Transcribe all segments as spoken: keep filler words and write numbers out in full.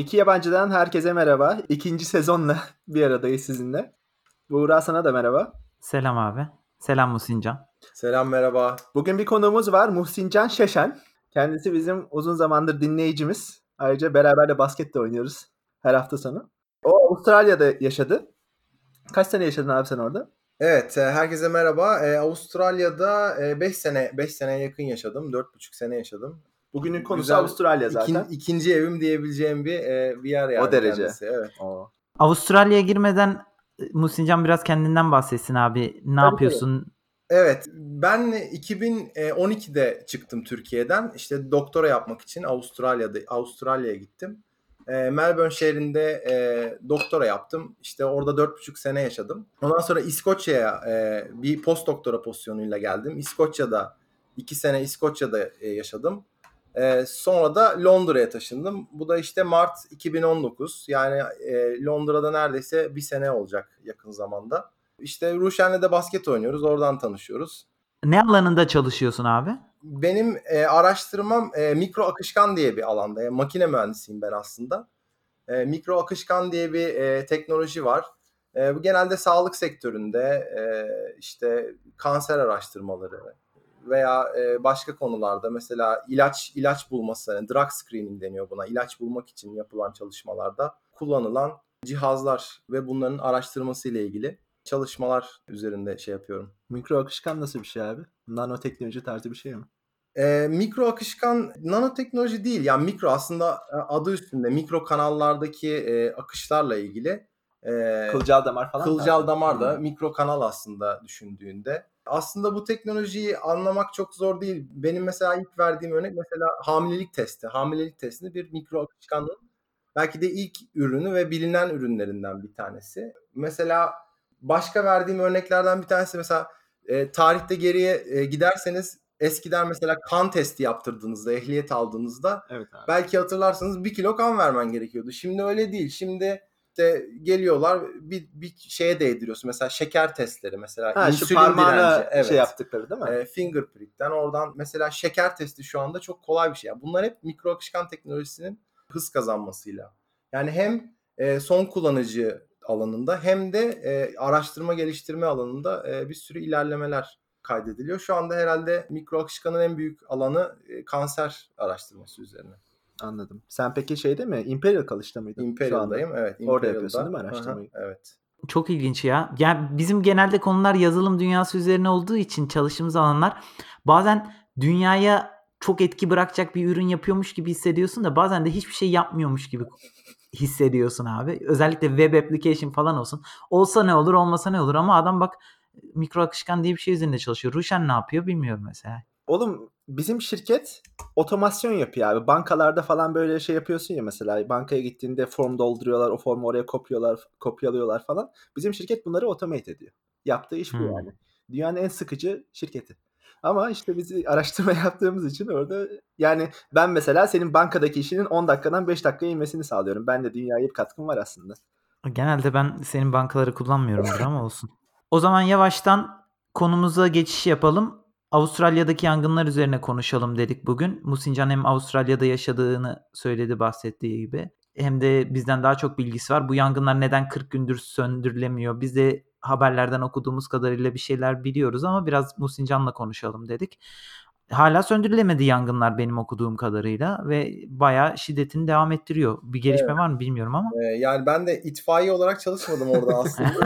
İki Yabancı'dan herkese merhaba. İkinci sezonla bir aradayız sizinle. Buğra, sana da merhaba. Selam abi. Selam Muhsincan. Selam, merhaba. Bugün bir konuğumuz var, Muhsincan Şeşen. Kendisi bizim uzun zamandır dinleyicimiz. Ayrıca beraber de basket de oynuyoruz her hafta sonu. O Avustralya'da yaşadı. Kaç sene yaşadın abi sen orada? Evet, e, herkese merhaba. Ee, Avustralya'da beş sene beş seneye yakın yaşadım. dört buçuk sene yaşadım. Bugünün konusu Güzel, Avustralya zaten. ikin- ikinci evim diyebileceğim bir e, bir yer yani O derece. kendisi. Evet. O. Avustralya'ya girmeden e, Muhsincan biraz kendinden bahsetsin abi. Ne yapıyorsun? Evet, ben iki bin on ikide çıktım Türkiye'den. İşte doktora yapmak için Avustralya'da Avustralya'ya gittim. E, Melbourne şehrinde e, doktora yaptım. İşte orada dört buçuk sene yaşadım. Ondan sonra İskoçya'ya e, bir post doktora pozisyonuyla geldim. İskoçya'da iki sene İskoçya'da e, yaşadım. E, sonra da Londra'ya taşındım. Bu da işte Mart iki bin on dokuz. Yani e, Londra'da neredeyse bir sene olacak yakın zamanda. İşte Ruşen'le de basket oynuyoruz. Oradan tanışıyoruz. Ne alanında çalışıyorsun abi? Benim e, araştırmam e, mikro akışkan diye bir alanda. E, makine mühendisiyim ben aslında. E, mikro akışkan diye bir e, teknoloji var. E, bu genelde sağlık sektöründe e, işte kanser araştırmaları veya e, başka konularda mesela ilaç ilaç bulması, yani drug screening deniyor buna. İlaç bulmak için yapılan çalışmalarda kullanılan cihazlar ve bunların araştırması ile ilgili çalışmalar üzerinde şey yapıyorum. Mikro akışkan nasıl bir şey abi? Nanoteknoloji tarzı bir şey mi? E, mikro akışkan nanoteknoloji değil. Yani mikro aslında adı üstünde mikro kanallardaki e, akışlarla ilgili. E, Kılcal damar falan. Kılcal tarzı. damar da Hmm. mikro kanal aslında düşündüğünde. Aslında bu teknolojiyi anlamak çok zor değil. Benim mesela ilk verdiğim örnek mesela hamilelik testi. Hamilelik testinde bir mikro akışkanın belki de ilk ürünü ve bilinen ürünlerinden bir tanesi. Mesela başka verdiğim örneklerden bir tanesi mesela e, tarihte geriye e, giderseniz eskiden mesela kan testi yaptırdığınızda, ehliyet aldığınızda Evet abi. belki hatırlarsanız bir kilo kan vermen gerekiyordu. Şimdi öyle değil. Şimdi işte geliyorlar bir, bir şeye değdiriyorsun. Mesela şeker testleri, mesela Ha, şu insülin parmağına direnci. Evet. şey yaptıkları değil mi? E, fingerprint'ten oradan mesela şeker testi şu anda çok kolay bir şey. Bunlar hep mikro akışkan teknolojisinin hız kazanmasıyla. Yani hem e, son kullanıcı alanında hem de e, araştırma geliştirme alanında e, bir sürü ilerlemeler kaydediliyor. Şu anda herhalde mikro akışkanın en büyük alanı e, kanser araştırması üzerine. Anladım. Sen peki şeyde mi? Imperial College'da mıydın? Imperial'dayım. Evet. Orada Imperial'da. yapıyorsun değil mi Hı hı, araştırmayı? evet. Çok ilginç ya. Yani bizim genelde konular yazılım dünyası üzerine olduğu için çalıştığımız alanlar bazen dünyaya çok etki bırakacak bir ürün yapıyormuş gibi hissediyorsun da bazen de hiçbir şey yapmıyormuş gibi hissediyorsun abi. Özellikle web application falan olsun. Olsa ne olur, olmasa ne olur ama adam bak mikro akışkan diye bir şey üzerinde çalışıyor. Ruşen ne yapıyor bilmiyorum mesela. Oğlum bizim şirket otomasyon yapıyor abi. Bankalarda falan böyle şey yapıyorsun ya, mesela bankaya gittiğinde form dolduruyorlar, o formu oraya kopyalıyorlar, kopyalıyorlar falan. Bizim şirket bunları automate ediyor. Yaptığı iş bu Hmm. yani. Dünyanın en sıkıcı şirketi. Ama işte biz araştırma yaptığımız için orada yani ben mesela senin bankadaki işinin on dakikadan beş dakikaya inmesini sağlıyorum. Ben de dünyaya bir katkım var aslında. Genelde ben senin bankaları kullanmıyorumdur ama olsun. O zaman yavaştan konumuza geçiş yapalım. Avustralya'daki yangınlar üzerine konuşalım dedik bugün. Muhsincan hem Avustralya'da yaşadığını söyledi, bahsettiği gibi. Hem de bizden daha çok bilgisi var. Bu yangınlar neden kırk gündür söndürülemiyor? Biz de haberlerden okuduğumuz kadarıyla bir şeyler biliyoruz ama biraz Muhsincan'la konuşalım dedik. Hala söndürülemedi yangınlar benim okuduğum kadarıyla ve bayağı şiddetini devam ettiriyor. Bir gelişme Evet. var mı bilmiyorum ama. Ee, yani ben de itfaiye olarak çalışmadım orada aslında.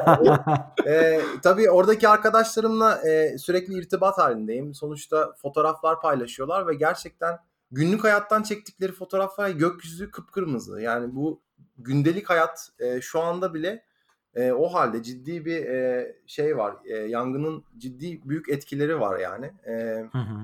ee, e, tabii oradaki arkadaşlarımla e, sürekli irtibat halindeyim. Sonuçta fotoğraflar paylaşıyorlar ve gerçekten günlük hayattan çektikleri fotoğraflar, gökyüzü kıpkırmızı. Yani bu gündelik hayat e, şu anda bile e, o halde ciddi bir e, şey var. E, yangının ciddi büyük etkileri var yani. E, Hı hı.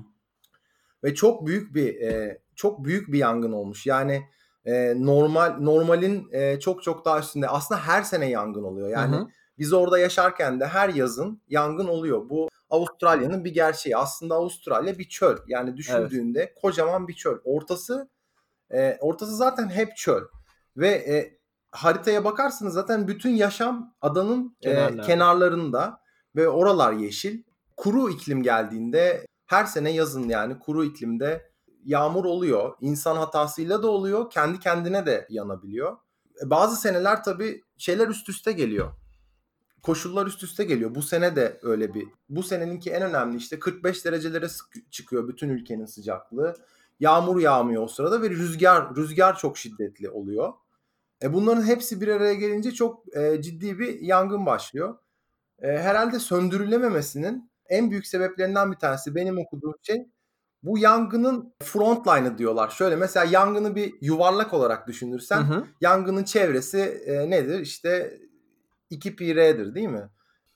Ve çok büyük bir e, çok büyük bir yangın olmuş. Yani e, normal normalin e, çok çok daha üstünde. Aslında her sene yangın oluyor. Yani Hı hı. biz orada yaşarken de her yazın yangın oluyor. Bu Avustralya'nın bir gerçeği. Aslında Avustralya bir çöl. Yani düşündüğünde kocaman bir çöl. Ortası e, ortası zaten hep çöl. Ve e, haritaya bakarsınız zaten bütün yaşam adanın e, Kenarlarda. kenarlarında ve oralar yeşil. Kuru iklim geldiğinde her sene yazın yani kuru iklimde yağmur oluyor. İnsan hatasıyla da oluyor. Kendi kendine de yanabiliyor. E, bazı seneler tabii şeyler üst üste geliyor. Koşullar üst üste geliyor. Bu sene de öyle bir. Bu seneninki en önemli işte kırk beş derecelere sık- çıkıyor bütün ülkenin sıcaklığı. Yağmur yağmıyor o sırada ve rüzgar rüzgar çok şiddetli oluyor. E bunların hepsi bir araya gelince çok e, ciddi bir yangın başlıyor. E, herhalde söndürülememesinin en büyük sebeplerinden bir tanesi benim okuduğum şey bu yangının frontline'ı diyorlar. Şöyle mesela yangını bir yuvarlak olarak düşünürsen Hı hı. yangının çevresi e, nedir? İşte iki pi r'dir değil mi?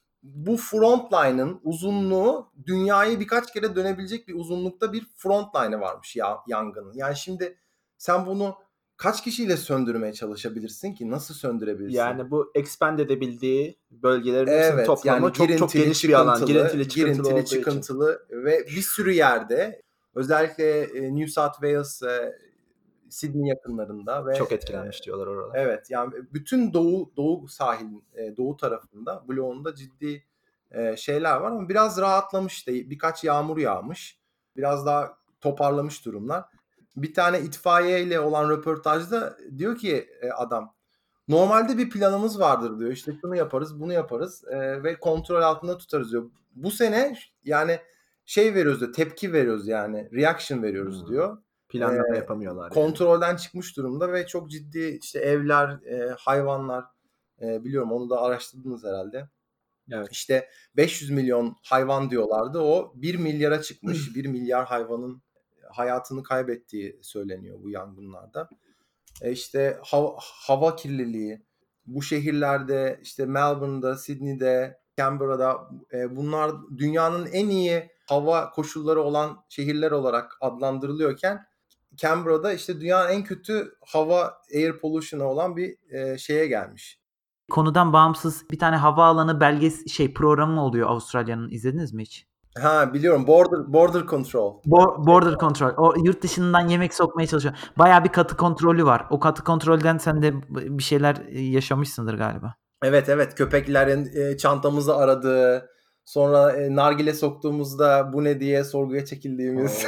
Bu frontline'ın uzunluğu dünyayı birkaç kere dönebilecek bir uzunlukta bir frontline'ı varmış ya, yangının. Yani şimdi sen bunu kaç kişiyle söndürmeye çalışabilirsin ki? Nasıl söndürebilirsin? Yani bu expand edebildiği bölgelerin hepsinin Evet toplamı yani çok çok girintili, geniş bir alan. çıkıntılı, Girintili çıkıntılı girintili, olduğu için. çıkıntılı ve bir sürü yerde özellikle e, New South Wales, e, Sydney yakınlarında ve Çok etkilenmiş diyorlar oralar. evet yani bütün doğu doğu sahilin e, doğu tarafında, bloğunda ciddi e, şeyler var ama biraz rahatlamış işte birkaç yağmur yağmış. Biraz daha toparlamış durumlar. Bir tane itfaiye ile olan röportajda diyor ki e, adam normalde bir planımız vardır diyor. İşte şunu yaparız, bunu yaparız e, ve kontrol altında tutarız diyor. Bu sene yani şey veriyoruz diyor, tepki veriyoruz yani, reaction veriyoruz Hmm. diyor. Planlama E, yapamıyorlar yani. kontrolden çıkmış durumda ve çok ciddi işte evler, e, hayvanlar e, biliyorum onu da araştırdınız herhalde. Evet. İşte beş yüz milyon hayvan diyorlardı. O bir milyara çıkmış. bir milyar hayvanın hayatını kaybettiği söyleniyor bu yangınlarda. E işte hava, hava kirliliği, bu şehirlerde işte Melbourne'da, Sydney'de, Canberra'da e, bunlar dünyanın en iyi hava koşulları olan şehirler olarak adlandırılıyorken Canberra'da işte dünyanın en kötü hava air pollution'ı olan bir e, şeye gelmiş. Konudan bağımsız bir tane havaalanı belges şey programı oluyor Avustralya'nın. İzlediniz mi hiç? Ha biliyorum, border border control. Bo- border control. O yurt dışından yemek sokmaya çalışıyor. Bayağı bir katı kontrolü var. O katı kontrolden sen de bir şeyler yaşamışsındır galiba. Evet evet, köpeklerin e, çantamızı aradığı, sonra e, nargile soktuğumuzda bu ne diye sorguya çekildiğimiz.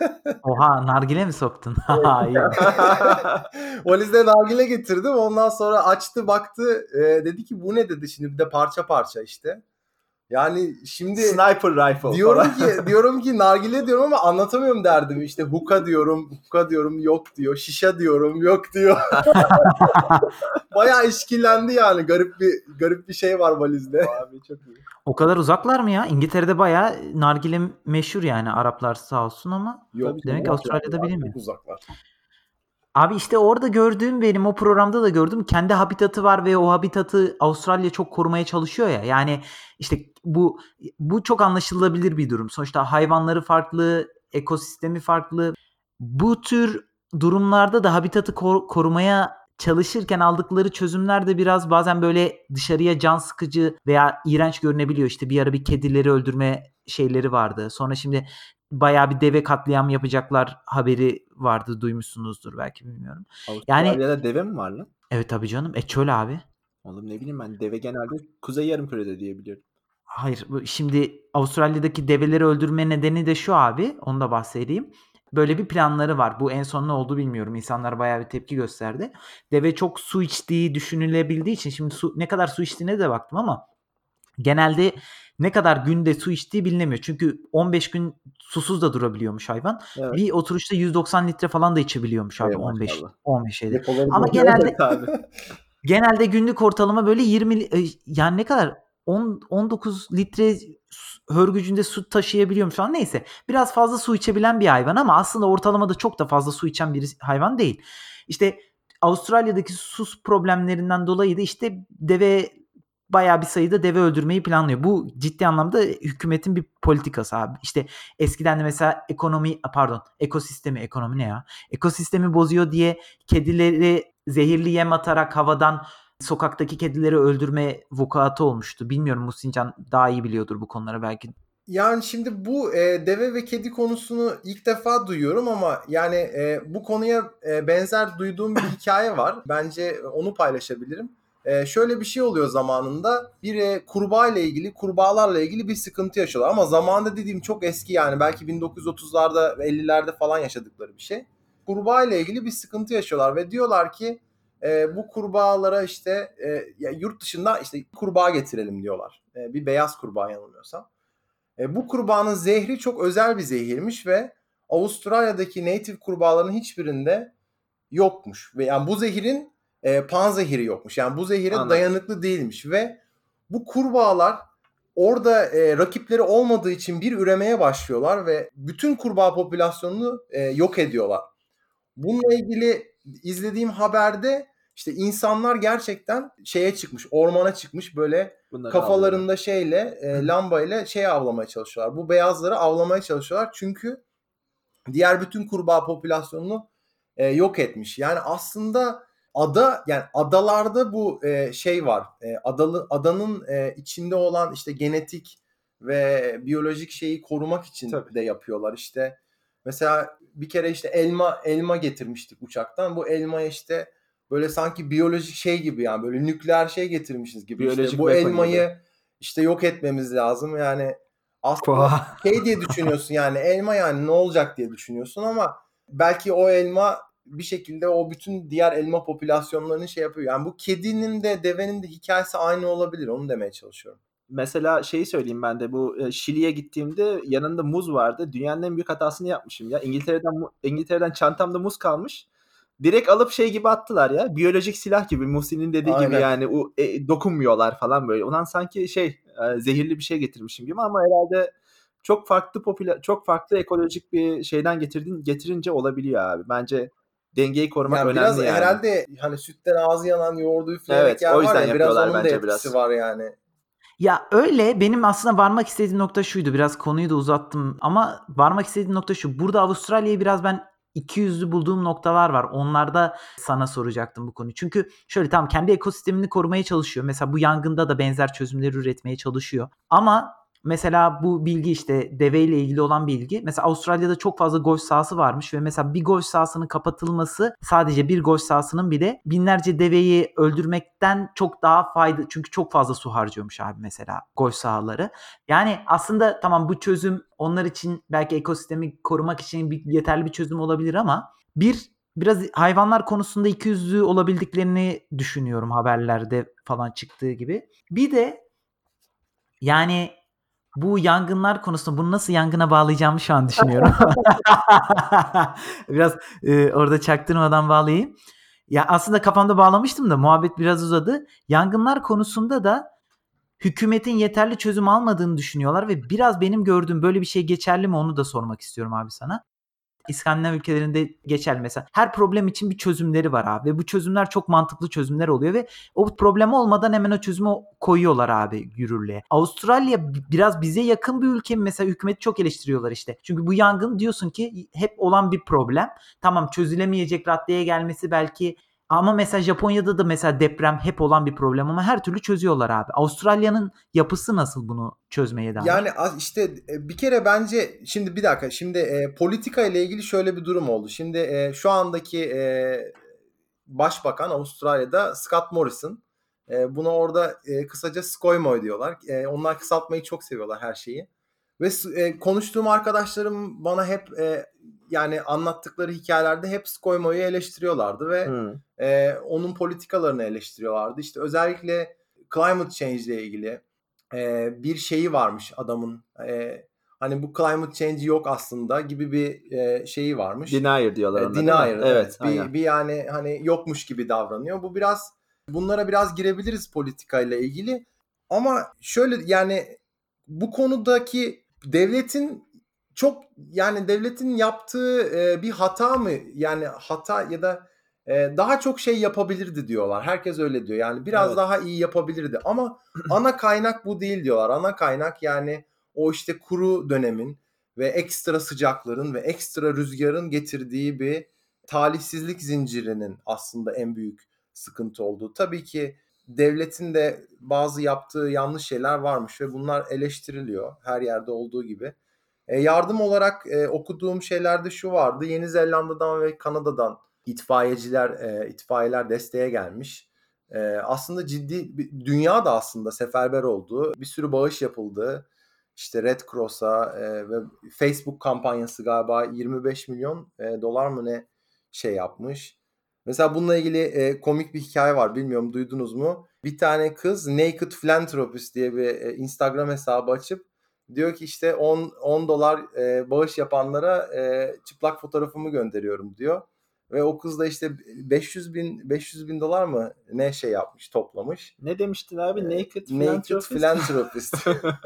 Oha, nargile mi soktun? Haha, iyi. Valizde nargile getirdim. Ondan sonra açtı baktı. E, dedi ki bu ne dedi, şimdi bir de parça parça işte. Yani şimdi Sniper rifle diyorum falan. ki diyorum ki nargile diyorum ama anlatamıyorum derdim. İşte hookah diyorum, hookah diyorum yok diyor. Şişe diyorum yok diyor. Bayağı işkillendi yani. Garip bir garip bir şey var valizde. Abi çok iyi. O kadar uzaklar mı ya? İngiltere'de bayağı nargile meşhur yani, Araplar sağ olsun ama Yok, demek ki yok Avustralya'da yani, bilinmiyor. çok uzaklar. Abi işte orada gördüğüm, benim o programda da gördüm, kendi habitatı var ve o habitatı Avustralya çok korumaya çalışıyor ya. Yani işte bu bu çok anlaşılabilir bir durum. Sonuçta hayvanları farklı, ekosistemi farklı. Bu tür durumlarda da habitatı kor- korumaya çalışırken aldıkları çözümler de biraz bazen böyle dışarıya can sıkıcı veya iğrenç görünebiliyor. İşte bir ara bir kedileri öldürme şeyleri vardı. Sonra şimdi bayağı bir deve katliam yapacaklar haberi vardı, duymuşsunuzdur belki, bilmiyorum. Yani Avustralya'da deve mi var lan? evet tabii canım. E çöl abi. Oğlum ne bileyim ben, deve genelde Kuzey Yarımküre'de diye biliyorum. Hayır, bu- şimdi Avustralya'daki develeri öldürme nedeni de şu abi, onu da bahsedeyim. Böyle bir planları var. Bu en son ne oldu bilmiyorum. İnsanlar bayağı bir tepki gösterdi. Deve çok su içtiği düşünülebildiği için, şimdi su, ne kadar su içtiğine de baktım ama genelde ne kadar günde su içtiği bilinemiyor. Çünkü on beş gün susuz da durabiliyormuş hayvan. Evet. Bir oturuşta yüz doksan litre falan da içebiliyormuş abi, Ey on beş maşallah. on beş şeyde. Depoları Ama dolu. genelde Evet abi. genelde günlük ortalama böyle yirmi li- e, yani ne kadar on on dokuz litre su- hörgücünde su taşıyabiliyormuş falan, neyse. Biraz fazla su içebilen bir hayvan ama aslında ortalamada çok da fazla su içen bir hayvan değil. İşte Avustralya'daki sus problemlerinden dolayı da işte deve, bayağı bir sayıda deve öldürmeyi planlıyor. Bu ciddi anlamda hükümetin bir politikası abi. İşte eskiden de mesela ekonomi, pardon ekosistemi, ekonomi ne ya? Ekosistemi bozuyor diye kedileri zehirli yem atarak havadan sokaktaki kedileri öldürme vukuatı olmuştu. Bilmiyorum, Musincan daha iyi biliyordur bu konuları belki. Yani şimdi bu e, deve ve kedi konusunu ilk defa duyuyorum ama yani e, bu konuya e, benzer duyduğum bir hikaye var. Bence onu paylaşabilirim. e, şöyle bir şey oluyor zamanında. Bir e, kurbağa ile ilgili, kurbağalarla ilgili bir sıkıntı yaşıyorlar. Ama zamanında dediğim çok eski, yani belki bin dokuz yüz otuzlarda ve ellilerde falan yaşadıkları bir şey. Kurbağa ile ilgili bir sıkıntı yaşıyorlar ve diyorlar ki e, bu kurbağalara işte e, ya yurt dışında işte kurbağa getirelim diyorlar. E, bir beyaz kurbağa yanılmıyorsam. E, bu kurbağanın zehri çok özel bir zehirmiş ve Avustralya'daki native kurbağaların hiçbirinde yokmuş. Ve yani bu zehirin e, panzehiri yokmuş. Yani bu zehire Anladım. dayanıklı değilmiş ve bu kurbağalar orada e, rakipleri olmadığı için bir üremeye başlıyorlar ve bütün kurbağa popülasyonunu e, yok ediyorlar. Bununla ilgili izlediğim haberde işte insanlar gerçekten şeye çıkmış, ormana çıkmış, böyle Bunları kafalarında avlıyorlar. şeyle, e, lambayla şey avlamaya çalışıyorlar. Bu beyazları avlamaya çalışıyorlar çünkü diğer bütün kurbağa popülasyonunu e, yok etmiş. Yani aslında ada, yani adalarda bu e, şey var. E, adalı adanın e, içinde olan işte genetik ve biyolojik şeyi korumak için Tabii. de yapıyorlar. İşte mesela bir kere işte elma elma getirmiştik uçaktan. Bu elmaya işte böyle sanki biyolojik şey gibi, yani böyle nükleer şey getirmişiz gibi. İşte Biyolojik bu weapon gibi. elmayı işte yok etmemiz lazım. Yani aslında Vah. şey diye düşünüyorsun, yani elma, yani ne olacak diye düşünüyorsun ama belki o elma bir şekilde o bütün diğer elma popülasyonlarını şey yapıyor. Yani bu kedinin de devenin de hikayesi aynı olabilir. Onu demeye çalışıyorum. Mesela şeyi söyleyeyim ben de, bu e, Şili'ye gittiğimde yanında muz vardı. Dünyanın en büyük hatasını yapmışım ya. İngiltere'den mu- İngiltere'den çantamda muz kalmış. Direkt alıp şey gibi attılar ya. Biyolojik silah gibi, Muhsin'in dediği gibi, Aynen. yani o e, dokunmuyorlar falan böyle. Ulan sanki şey e, zehirli bir şey getirmişim gibi, ama herhalde çok farklı popüler çok farklı ekolojik bir şeyden getirdin getirince olabiliyor abi. Bence dengeyi korumak Yani biraz önemli yani. herhalde hani sütten ağzı yanan yoğurdu üfleyemek Evet, yer o var yüzden ya, biraz yapıyorlar onun da bence etkisi biraz. var yani. Ya öyle, benim aslında varmak istediğim nokta şuydu. Biraz konuyu da uzattım ama varmak istediğim nokta şu. Burada Avustralya'yı biraz ben ikiyüzlü bulduğum noktalar var. Onlarda sana soracaktım bu konuyu. Çünkü şöyle, tamam, kendi ekosistemini korumaya çalışıyor. Mesela bu yangında da benzer çözümleri üretmeye çalışıyor. Ama mesela bu bilgi, işte deveyle ilgili olan bilgi. Mesela Avustralya'da çok fazla golf sahası varmış ve mesela bir golf sahasının kapatılması, sadece bir golf sahasının bile binlerce deveyi öldürmekten çok daha fayda, çünkü çok fazla su harcıyormuş abi mesela golf sahaları. Yani aslında tamam, bu çözüm onlar için belki ekosistemi korumak için bir, yeterli bir çözüm olabilir ama bir biraz hayvanlar konusunda ikiyüzlü olabildiklerini düşünüyorum, haberlerde falan çıktığı gibi. Bir de yani bu yangınlar konusunda bunu nasıl yangına bağlayacağımı şu an düşünüyorum. Biraz e, orada çaktırmadan bağlayayım. Ya aslında kafamda bağlamıştım da muhabbet biraz uzadı. Yangınlar konusunda da hükümetin yeterli çözüm almadığını düşünüyorlar ve biraz benim gördüğüm böyle bir şey geçerli mi, onu da sormak istiyorum abi sana. İskandinav ülkelerinde geçerli mesela. Her problem için bir çözümleri var abi ve bu çözümler çok mantıklı çözümler oluyor ve o problem olmadan hemen o çözümü koyuyorlar abi yürürlüğe. Avustralya biraz bize yakın bir ülke mi? Mesela hükümeti çok eleştiriyorlar işte. Çünkü bu yangın diyorsun ki hep olan bir problem. Tamam, çözülemeyecek raddeye gelmesi belki, ama mesela Japonya'da da mesela deprem hep olan bir problem ama her türlü çözüyorlar abi. Avustralya'nın yapısı nasıl bunu çözmeye dair? Yani az- işte e, bir kere bence şimdi bir dakika, şimdi e, politika ile ilgili şöyle bir durum oldu. Şimdi e, şu andaki e, Başbakan Avustralya'da Scott Morrison. E, buna orada e, kısaca ScoMo diyorlar. E, onlar kısaltmayı çok seviyorlar, her şeyi. Ve e, konuştuğum arkadaşlarım bana hep e, yani anlattıkları hikayelerde hep ScoMo'yu eleştiriyorlardı ve Hı. e, onun politikalarını eleştiriyorlardı. İşte özellikle climate change ile ilgili e, bir şeyi varmış adamın. E, hani bu climate change yok aslında gibi bir e, şeyi varmış. Denier diyorlar E, ona, değil mi? denier, Evet, evet. Bir, aynen. bir yani hani yokmuş gibi davranıyor. Bu biraz, bunlara biraz girebiliriz politikayla ilgili. Ama şöyle, yani bu konudaki devletin çok, yani devletin yaptığı e, bir hata mı? Yani hata ya da e, daha çok şey yapabilirdi diyorlar. Herkes öyle diyor. Yani biraz Evet. daha iyi yapabilirdi. Ama ana kaynak bu değil diyorlar. Ana kaynak yani o işte kuru dönemin ve ekstra sıcakların ve ekstra rüzgarın getirdiği bir talihsizlik zincirinin aslında en büyük sıkıntı olduğu. Tabii ki devletin de bazı yaptığı yanlış şeyler varmış ve bunlar eleştiriliyor her yerde olduğu gibi. E, yardım olarak e, okuduğum şeylerde şu vardı. Yeni Zelanda'dan ve Kanada'dan itfaiyeciler, e, itfaiyeler desteğe gelmiş. Ee, aslında ciddi bir- dünya da aslında seferber oldu. Bir sürü bağış yapıldı. İşte Red Cross'a e, ve Facebook kampanyası galiba yirmi beş milyon e, dolar mı ne şey yapmış. Mesela bununla ilgili e, komik bir hikaye var. Bilmiyorum duydunuz mu? Bir tane kız Naked Philanthropist diye bir e, Instagram hesabı açıp diyor ki işte on on dolar e, bağış yapanlara e, çıplak fotoğrafımı gönderiyorum diyor. Ve o kız da işte beş yüz bin beş yüz bin dolar mı ne şey yapmış, toplamış. Ne demiştin abi? Ee, Naked Naked Philanthropist. Philanthropist.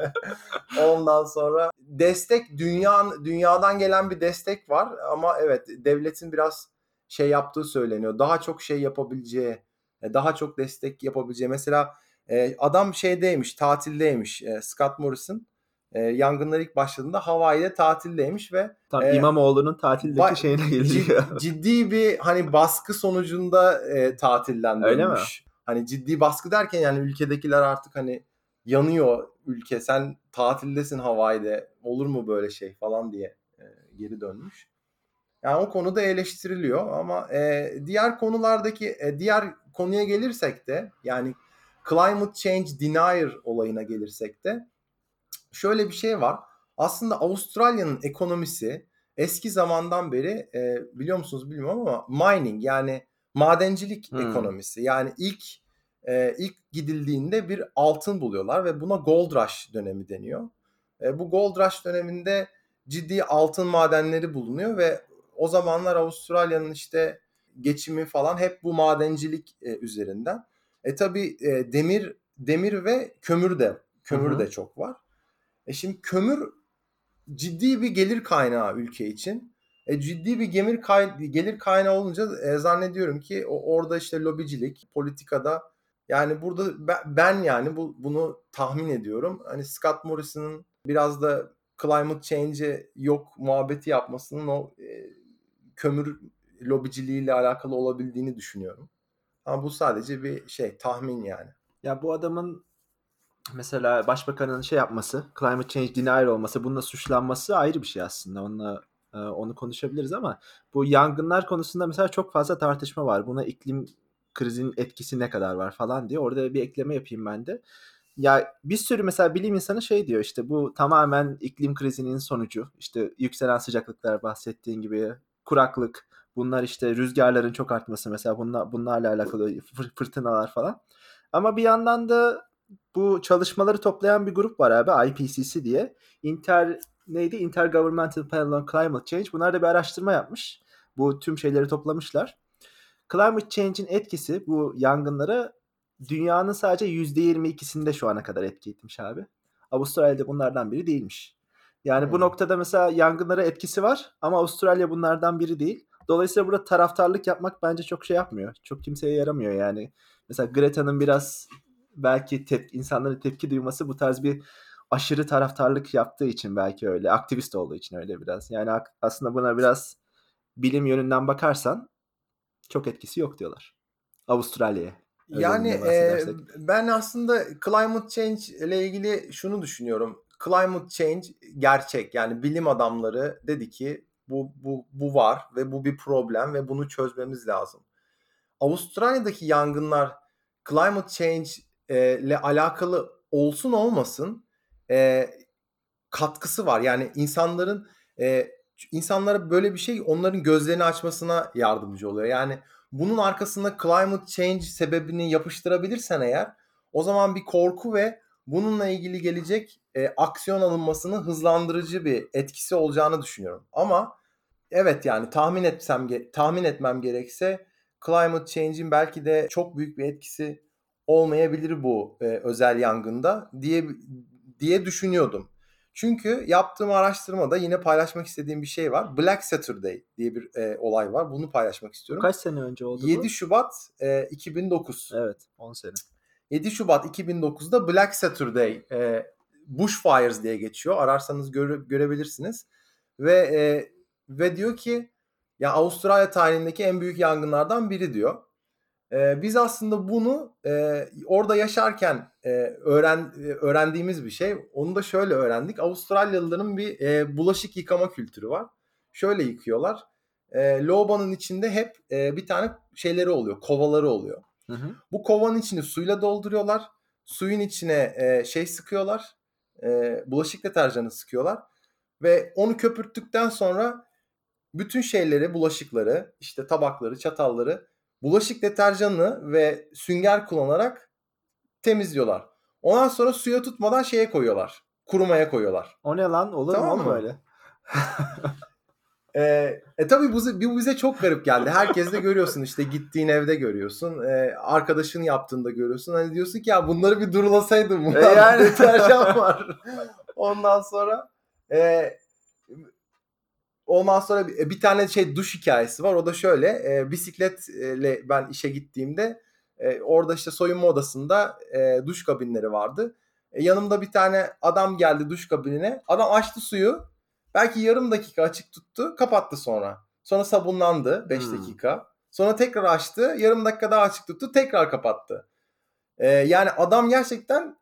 Ondan sonra destek dünya dünyadan gelen bir destek var ama evet devletin biraz şey yaptığı söyleniyor. Daha çok şey yapabileceği, e, daha çok destek yapabileceği. Mesela e, adam şeydeymiş, tatildeymiş. E, Scott Morrison e, yangınlar ilk başladığında Hawaii'de tatildeymiş ve Tam e, İmamoğlu'nun tatildeki ba- şeyine cid- geliyor. ciddi bir hani baskı sonucunda e, tatilden Öyle mi? dönmüş. Hani ciddi baskı derken yani ülkedekiler artık hani yanıyor ülke. Sen tatildesin Hawaii'de. Olur mu böyle şey falan diye e, geri dönmüş. Yani o konuda eleştiriliyor ama e, diğer konulardaki e, diğer konuya gelirsek de yani climate change denier olayına gelirsek de şöyle bir şey var. Aslında Avustralya'nın ekonomisi eski zamandan beri e, biliyor musunuz bilmiyorum ama mining yani madencilik Hmm. ekonomisi. Yani ilk e, ilk gidildiğinde bir altın buluyorlar ve buna Gold Rush dönemi deniyor. E, bu Gold Rush döneminde ciddi altın madenleri bulunuyor ve o zamanlar Avustralya'nın işte geçimi falan hep bu madencilik e, üzerinden. E tabii e, demir demir ve kömür de kömür Hı hı. de çok var. E şimdi kömür ciddi bir gelir kaynağı ülke için. E ciddi bir gelir, kay- gelir kaynağı olunca e, zannediyorum ki o, orada işte lobicilik, politikada yani burada ben, ben yani bu, bunu tahmin ediyorum. Hani Scott Morrison'ın biraz da climate change'e yok muhabbeti yapmasının o e, kömür lobiciliğiyle alakalı olabildiğini düşünüyorum. Ama bu sadece bir şey tahmin yani. Ya bu adamın mesela başbakanın şey yapması, climate change denier olması, bununla suçlanması ayrı bir şey aslında. Onunla e, onu konuşabiliriz ama bu yangınlar konusunda mesela çok fazla tartışma var. Buna iklim krizinin etkisi ne kadar var falan diye. Orada bir ekleme yapayım ben de. Ya bir sürü mesela bilim insanı şey diyor işte bu tamamen iklim krizinin sonucu. İşte yükselen sıcaklıklar bahsettiğin gibi kuraklık, bunlar işte rüzgarların çok artması mesela bunlar, bunlarla alakalı fır- fırtınalar falan. Ama bir yandan da bu çalışmaları toplayan bir grup var abi I P C C diye. Inter neydi? Intergovernmental Panel on Climate Change. Bunlar da bir araştırma yapmış. Bu tüm şeyleri toplamışlar. Climate Change'in etkisi bu yangınlara dünyanın sadece yüzde yirmi ikisinde şu ana kadar etki etmiş abi. Avustralya'da bunlardan biri değilmiş. Yani Hmm. bu noktada mesela yangınlara etkisi var ama Avustralya bunlardan biri değil. Dolayısıyla burada taraftarlık yapmak bence çok şey yapmıyor. Çok kimseye yaramıyor yani. Mesela Greta'nın biraz belki tep- insanların tepki duyması bu tarz bir aşırı taraftarlık yaptığı için belki öyle. Aktivist olduğu için öyle biraz. Yani ak- aslında buna biraz bilim yönünden bakarsan çok etkisi yok diyorlar. Avustralya'ya Yani özelinde e, bahsedersek. ben aslında climate change ile ilgili şunu düşünüyorum. Climate change gerçek. Yani bilim adamları dedi ki bu bu bu var ve bu bir problem ve bunu çözmemiz lazım. Avustralya'daki yangınlar climate change e, ile alakalı olsun olmasın e, katkısı var. Yani insanların e, insanlara böyle bir şey onların gözlerini açmasına yardımcı oluyor. Yani bunun arkasında climate change sebebini yapıştırabilirsen eğer o zaman bir korku ve bununla ilgili gelecek e, aksiyon alınmasını hızlandırıcı bir etkisi olacağını düşünüyorum. Ama evet yani tahmin etsem tahmin etmem gerekse climate change'in belki de çok büyük bir etkisi olmayabilir bu e, özel yangında diye diye düşünüyordum. Çünkü yaptığım araştırmada yine paylaşmak istediğim bir şey var. Black Saturday diye bir e, olay var. Bunu paylaşmak Bu istiyorum. kaç sene önce oldu bu? yedi Şubat e, iki bin dokuz. Evet, on sene. yedi Şubat iki bin dokuzda Black Saturday e, Bushfires diye geçiyor. Ararsanız göre, görebilirsiniz. Ve e, ve diyor ki ya Avustralya tarihindeki en büyük yangınlardan biri diyor. E, biz aslında bunu e, orada yaşarken e, öğren e, öğrendiğimiz bir şey. Onu da şöyle öğrendik. Avustralyalıların bir e, bulaşık yıkama kültürü var. Şöyle yıkıyorlar. E, lavabanın içinde hep e, bir tane şeyleri oluyor, kovaları oluyor. Hı hı. Bu kovanın içini suyla dolduruyorlar. Suyun içine e, şey sıkıyorlar. E, bulaşık deterjanı sıkıyorlar. Ve onu köpürttükten sonra bütün şeyleri, bulaşıkları, işte tabakları, çatalları bulaşık deterjanı ve sünger kullanarak temizliyorlar. Ondan sonra suya tutmadan şeye koyuyorlar. Kurumaya koyuyorlar. O ne lan? Olur mu Tamam oğlum mı? öyle? Ee, e tabii bu, bu bize çok garip geldi. Herkes de görüyorsun, işte gittiğin evde görüyorsun. Ee, arkadaşın yaptığında görüyorsun. Hani diyorsun ki ya bunları bir durulasaydım. E Bunlar yani. deterjan var. Ondan sonra e, ondan sonra bir, bir tane şey duş hikayesi var. O da şöyle. E, bisikletle ben işe gittiğimde e, orada işte soyunma odasında e, duş kabinleri vardı. E, yanımda bir tane adam geldi duş kabinine. Adam açtı suyu. Belki yarım dakika açık tuttu. Kapattı sonra. Sonra sabunlandı beş Hmm. dakika. Sonra tekrar açtı. Yarım dakika daha açık tuttu. Tekrar kapattı. E, yani adam gerçekten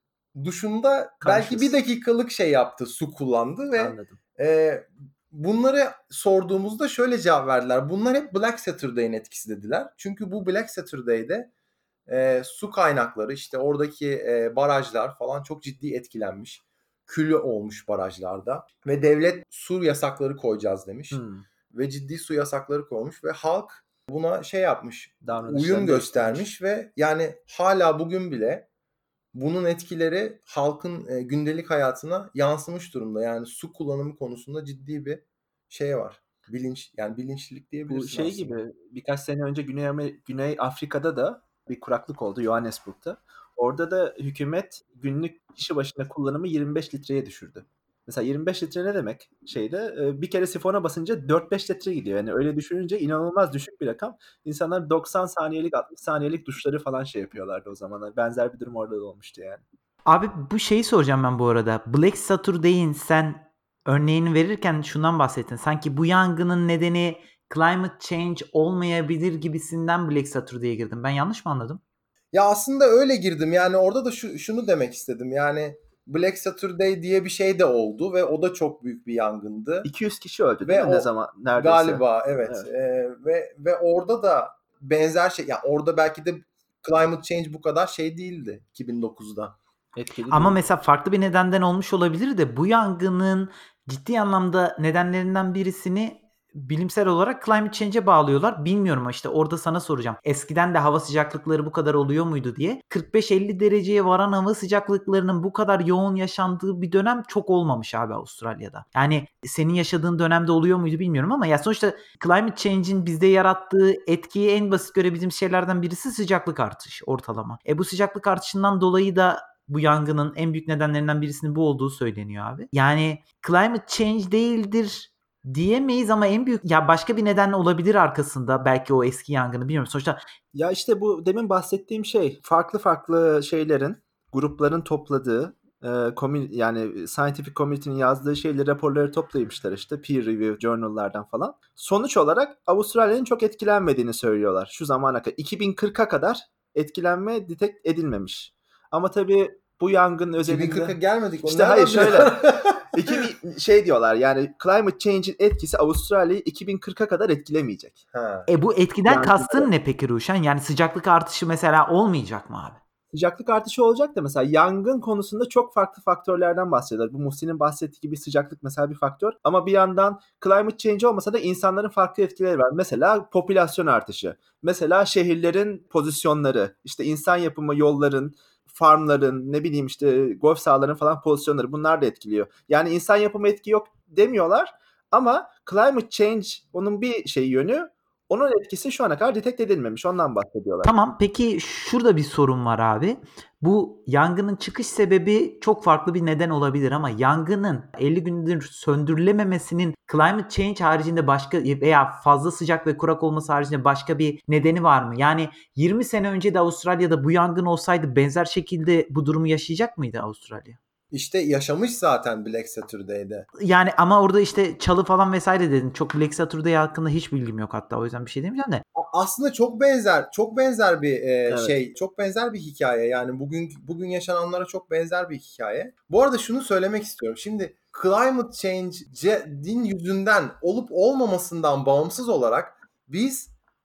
duşunda belki Conscious. bir dakikalık şey yaptı. Su kullandı ve Anladım. e, bunları sorduğumuzda şöyle cevap verdiler. Bunlar hep Black Saturday'in etkisi dediler. Çünkü bu Black Saturday'de e, su kaynakları, işte oradaki e, barajlar falan çok ciddi etkilenmiş. Kül olmuş barajlarda. Ve devlet su yasakları koyacağız demiş. Hmm. Ve ciddi su yasakları koymuş ve halk buna şey yapmış. Davranışlarını Uyum göstermiş ve yani hala bugün bile bunun etkileri halkın e, gündelik hayatına yansımış durumda. Yani su kullanımı konusunda ciddi bir şey var. Bilinç, yani bilinçlilik diyebilirsin Bu şey aslında. gibi birkaç sene önce Güney, Amer- Güney Afrika'da da bir kuraklık oldu Johannesburg'da. Orada da hükümet günlük kişi başına kullanımı yirmi beş litreye düşürdü. Mesela yirmi beş litre ne demek şeyde? E, Bir kere sifona basınca dört beş litre gidiyor. Yani öyle düşününce inanılmaz düşük bir rakam. İnsanlar doksan saniyelik altmış saniyelik duşları falan şey yapıyorlardı o zamanlar. Benzer bir durum orada da olmuştu yani. Abi bu şeyi soracağım ben bu arada. Black Saturday'in sen örneğini verirken şundan bahsettin. Sanki bu yangının nedeni climate change olmayabilir gibisinden Black Saturday'e girdim. Ben yanlış mı anladım? Ya aslında öyle girdim. Yani orada da şu, şunu demek istedim. Yani Black Saturday diye bir şey de oldu ve o da çok büyük bir yangındı. iki yüz kişi öldü değil Ve mi ne o zaman neredeyse? galiba evet, Evet. Ee, ve ve orada da benzer şey. Yani orada belki de climate change bu kadar şey değildi iki bin dokuzda. Etkili Ama değil. mesela farklı bir nedenden olmuş olabilir de bu yangının ciddi anlamda nedenlerinden birisini bilimsel olarak climate change'e bağlıyorlar. Bilmiyorum ama işte orada sana soracağım. Eskiden de hava sıcaklıkları bu kadar oluyor muydu diye. kırk beş elli dereceye varan hava sıcaklıklarının bu kadar yoğun yaşandığı bir dönem çok olmamış abi Avustralya'da. Yani senin yaşadığın dönemde oluyor muydu bilmiyorum ama ya sonuçta climate change'in bizde yarattığı etkiyi en basit görebildiğimiz şeylerden birisi sıcaklık artışı ortalama. E bu sıcaklık artışından dolayı da bu yangının en büyük nedenlerinden birisinin bu olduğu söyleniyor abi. Yani climate change değildir diyemeyiz ama en büyük ya başka bir neden olabilir arkasında belki o eski yangını bilmiyorum. Sonuçta Ya işte bu demin bahsettiğim şey farklı farklı şeylerin, grupların topladığı e, commu- yani scientific community'nin yazdığı şeyleri, raporları toplaymışlar işte peer review journal'lardan falan. Sonuç olarak Avustralya'nın çok etkilenmediğini söylüyorlar şu zamana kadar. iki bin kırka kadar etkilenme detect edilmemiş. Ama tabii bu yangın özelinde iki bin kırka gelmedik. Onu İşte nereden hayır şöyle biliyorsun? iki bin şey diyorlar yani climate change'in etkisi Avustralya'yı iki bin kırka kadar etkilemeyecek. Ha. e bu etkiden Yani- kastın ne peki Ruşen? Yani sıcaklık artışı mesela olmayacak mı abi? Sıcaklık artışı olacak da mesela yangın konusunda çok farklı faktörlerden bahsediyorlar. Bu Muhsin'in bahsettiği gibi sıcaklık mesela bir faktör. Ama bir yandan climate change olmasa da insanların farklı etkileri var. Mesela popülasyon artışı. Mesela şehirlerin pozisyonları. İşte insan yapımı yolların, farmların, ne bileyim işte golf sahalarının falan pozisyonları. Bunlar da etkiliyor. Yani insan yapımı etki yok demiyorlar. Ama climate change onun bir şey yönü. Onun etkisi şu ana kadar detect edilmemiş. Ondan bahsediyorlar. Tamam peki şurada bir sorun var abi. Bu yangının çıkış sebebi çok farklı bir neden olabilir ama yangının elli gündür söndürülememesinin climate change haricinde başka veya fazla sıcak ve kurak olması haricinde başka bir nedeni var mı? Yani yirmi sene önce de Avustralya'da bu yangın olsaydı benzer şekilde bu durumu yaşayacak mıydı Avustralya? İşte yaşamış zaten Black Saturday'de. Yani ama orada işte çalı falan vesaire dedin. Çok Black Saturday hakkında hiç bilgim yok hatta o yüzden bir şey demeyeceğim de. Aslında çok benzer, çok benzer bir e, Evet. şey, çok benzer bir hikaye. Yani bugün bugün yaşananlara çok benzer bir hikaye. Bu arada şunu söylemek istiyorum. Şimdi climate change'in yüzünden olup olmamasından bağımsız olarak biz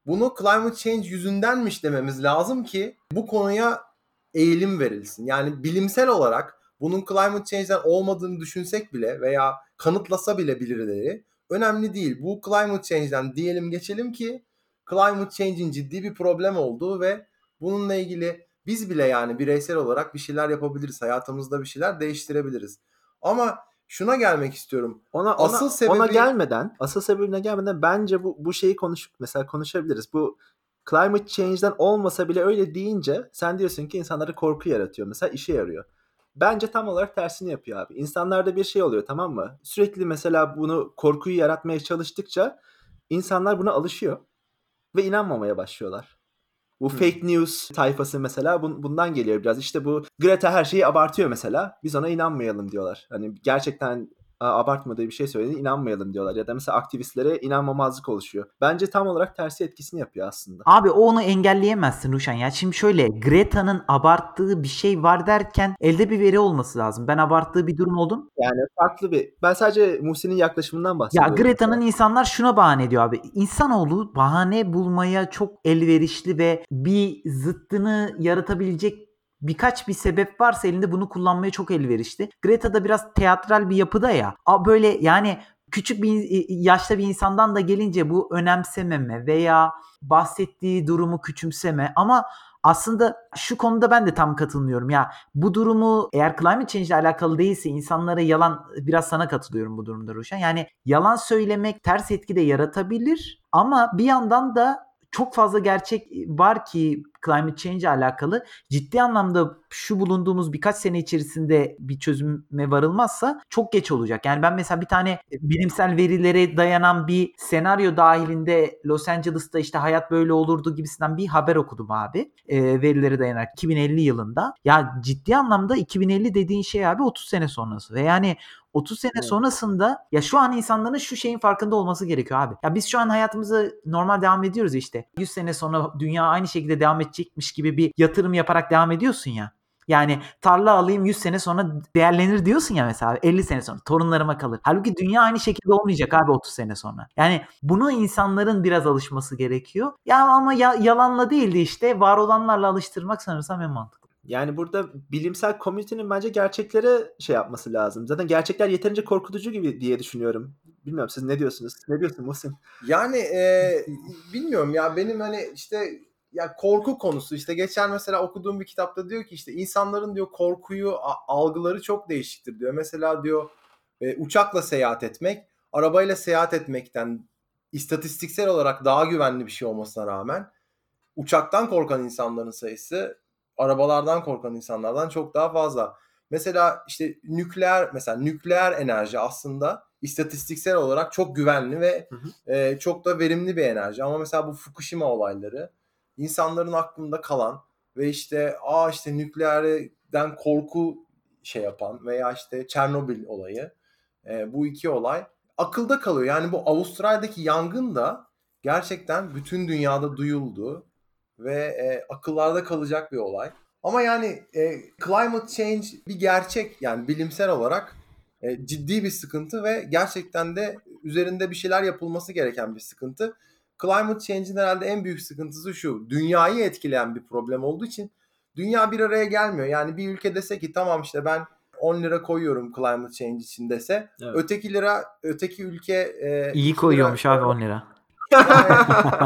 Bunu climate change yüzündenmiş dememiz lazım ki bu konuya eğilim verilsin. Yani bilimsel olarak bunun climate change'den olmadığını düşünsek bile veya kanıtlasa bile birileri önemli değil. Bu climate change'den diyelim geçelim ki climate change'in ciddi bir problem olduğu ve bununla ilgili biz bile yani bireysel olarak bir şeyler yapabiliriz. Hayatımızda bir şeyler değiştirebiliriz. Ama şuna gelmek istiyorum. Ona ona Asıl sebebi ona gelmeden, asıl sebebine gelmeden bence bu bu şeyi konuş mesela konuşabiliriz. Bu climate change'den olmasa bile öyle deyince sen diyorsun ki insanlara korku yaratıyor. Mesela işe yarıyor. Bence tam olarak tersini yapıyor abi. İnsanlarda bir şey oluyor, tamam mı? Sürekli mesela bunu korkuyu yaratmaya çalıştıkça insanlar buna alışıyor ve inanmamaya başlıyorlar. Bu Hmm. fake news tayfası mesela bun- bundan geliyor biraz. İşte bu Greta her şeyi abartıyor mesela. Biz ona inanmayalım diyorlar. Hani gerçekten a, abartmadığı bir şey söylediğine inanmayalım diyorlar. Ya da mesela aktivistlere inanmamazlık oluşuyor. Bence tam olarak tersi etkisini yapıyor aslında. Abi o onu engelleyemezsin Ruşen ya. Şimdi şöyle, Greta'nın abarttığı bir şey var derken elde bir veri olması lazım. Ben abarttığı bir durum oldum. Yani farklı bir... Ben sadece Muhsin'in yaklaşımından Ya bahsediyorum. Greta'nın mesela. insanlar şuna bahane ediyor abi. İnsanoğlu bahane bulmaya çok elverişli ve bir zıttını yaratabilecek birkaç bir sebep varsa elinde bunu kullanmaya çok elverişli. Greta da biraz teatral bir yapıda ya. A böyle yani küçük bir yaşta bir insandan da gelince bu önemsememe veya bahsettiği durumu küçümseme, ama aslında şu konuda ben de tam katılmıyorum. Ya bu durumu eğer climate change ile alakalı değilse insanlara yalan, biraz sana katılıyorum bu durumda Ruşen. Yani yalan söylemek ters etki de yaratabilir ama bir yandan da çok fazla gerçek var ki climate change ile alakalı ciddi anlamda şu bulunduğumuz birkaç sene içerisinde bir çözüme varılmazsa çok geç olacak. Yani ben mesela bir tane bilimsel verilere dayanan bir senaryo dahilinde Los Angeles'ta işte hayat böyle olurdu gibisinden bir haber okudum abi. E, verilere dayanarak iki bin elli yılında. Ya ciddi anlamda iki bin elli dediğin şey abi otuz sene sonrası ve yani otuz sene Evet. sonrasında ya şu an insanların şu şeyin farkında olması gerekiyor abi. Ya biz şu an hayatımıza normal devam ediyoruz işte. yüz sene sonra dünya aynı şekilde devam edecekmiş gibi bir yatırım yaparak devam ediyorsun ya. Yani tarla alayım yüz sene sonra değerlenir diyorsun ya mesela, elli sene sonra torunlarıma kalır. Halbuki dünya aynı şekilde olmayacak abi otuz sene sonra. Yani bunu insanların biraz alışması gerekiyor. Ya ama ya, yalanla değil de işte var olanlarla alıştırmak sanırsam en mantıklı. Yani burada bilimsel komünitenin bence gerçeklere şey yapması lazım. Zaten gerçekler yeterince korkutucu gibi diye düşünüyorum. Bilmiyorum, siz ne diyorsunuz? Ne diyorsun Muhsin? Yani e, bilmiyorum ya, benim hani işte ya korku konusu, işte geçen mesela okuduğum bir kitapta diyor ki işte insanların diyor korkuyu a- algıları çok değişiktir diyor. Mesela diyor e, uçakla seyahat etmek arabayla seyahat etmekten istatistiksel olarak daha güvenli bir şey olmasına rağmen uçaktan korkan insanların sayısı arabalardan korkan insanlardan çok daha fazla. Mesela işte nükleer mesela nükleer enerji aslında istatistiksel olarak çok güvenli ve Hı hı. e, çok da verimli bir enerji. Ama mesela bu Fukushima olayları insanların aklında kalan ve işte aa işte nükleerden korku şey yapan veya işte Çernobil olayı, e, bu iki olay akılda kalıyor. Yani bu Avustralya'daki yangın da gerçekten bütün dünyada duyuldu ve e, akıllarda kalacak bir olay. Ama yani e, climate change bir gerçek, yani bilimsel olarak e, ciddi bir sıkıntı ve gerçekten de üzerinde bir şeyler yapılması gereken bir sıkıntı. Climate change'in herhalde en büyük sıkıntısı şu: dünyayı etkileyen bir problem olduğu için dünya bir araya gelmiyor. Yani bir ülke dese ki tamam işte ben on lira koyuyorum climate change için dese, Evet. öteki lira öteki ülke e, İyi iki lira koyuyormuş abi on lira. yani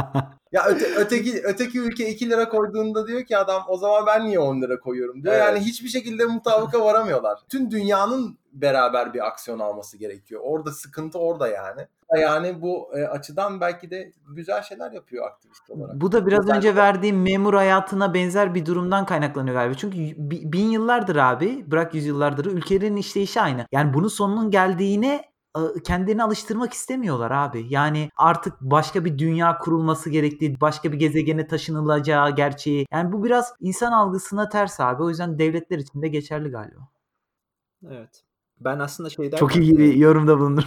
ya öte, öteki öteki ülke iki lira koyduğunda diyor ki adam o zaman ben niye on lira koyuyorum diyor. Evet. Yani hiçbir şekilde mutabaka varamıyorlar. Tüm dünyanın beraber bir aksiyon alması gerekiyor. Orada sıkıntı orada yani. Yani bu e, açıdan belki de güzel şeyler yapıyor aktivist olarak. Bu da biraz Ben- önce verdiğim memur hayatına benzer bir durumdan kaynaklanıyor galiba. Çünkü bi- bin yıllardır abi, bırak yüzyıllardır, ülkelerin işleyişi aynı. Yani bunun sonunun geldiğine e, kendini alıştırmak istemiyorlar abi. Yani artık başka bir dünya kurulması gerektiği, başka bir gezegene taşınılacağı gerçeği. Yani bu biraz insan algısına ters abi. O yüzden devletler için de geçerli galiba. Evet. Ben aslında şey derken... Çok iyi bir yorumda bulundun.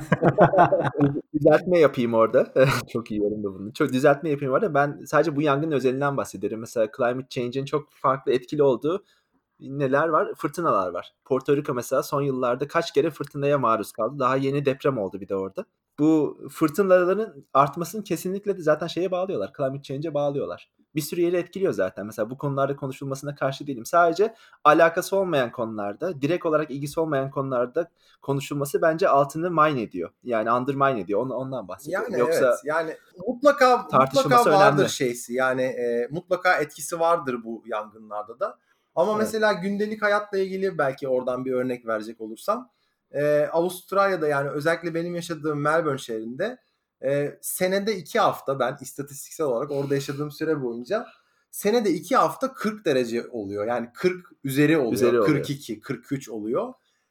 düzeltme yapayım orada. Çok iyi yorumda bulundun. Çok düzeltme yapayım orada. Ben sadece bu yangının özelinden bahsederim. Mesela climate change'in çok farklı etkili olduğu neler var? Fırtınalar var. Porto Rico mesela son yıllarda kaç kere fırtınaya maruz kaldı. Daha yeni deprem oldu bir de orada. Bu fırtınaların artmasını kesinlikle de zaten şeye bağlıyorlar. Climate change'e bağlıyorlar. Bir sürü yeri etkiliyor zaten. Mesela bu konularda konuşulmasına karşı değilim. Sadece alakası olmayan konularda, direkt olarak ilgisi olmayan konularda konuşulması bence altını mine ediyor. Yani undermine ediyor. Ondan, ondan bahsediyorum. Yani Yoksa evet yani mutlaka mutlaka tartışılması vardır önemli. şeysi yani e, mutlaka etkisi vardır bu yangınlarda da. Ama Evet. mesela gündelik hayatla ilgili belki oradan bir örnek verecek olursam e, Avustralya'da yani özellikle benim yaşadığım Melbourne şehrinde e, senede iki hafta ben istatistiksel olarak orada yaşadığım süre boyunca senede iki hafta kırk derece oluyor. Yani kırk üzeri oluyor. Üzeri oluyor. kırk iki, kırk üç oluyor.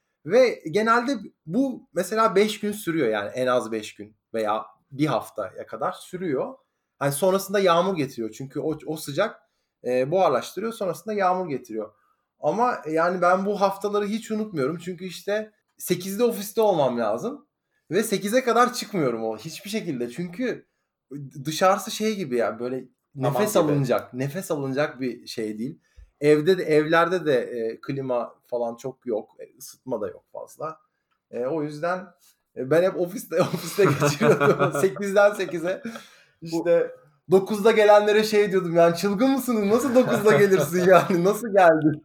Ve genelde bu mesela beş gün sürüyor yani en az beş gün veya bir haftaya kadar sürüyor. Hani sonrasında yağmur getiriyor çünkü o, o sıcak e, buharlaştırıyor sonrasında yağmur getiriyor. Ama yani ben bu haftaları hiç unutmuyorum çünkü işte sekizde ofiste olmam lazım ve sekize kadar çıkmıyorum o hiçbir şekilde çünkü dışarısı şey gibi yani böyle nefes gibi. alınacak nefes alınacak bir şey değil. Evde de evlerde de e, klima falan çok yok. E, ısıtma da yok fazla. E, o yüzden e, ben hep ofiste ofiste geçiriyordum. sekizden sekize. İşte dokuzda gelenlere şey diyordum yani çılgın mısınız? Nasıl dokuzda gelirsin yani? Nasıl geldin?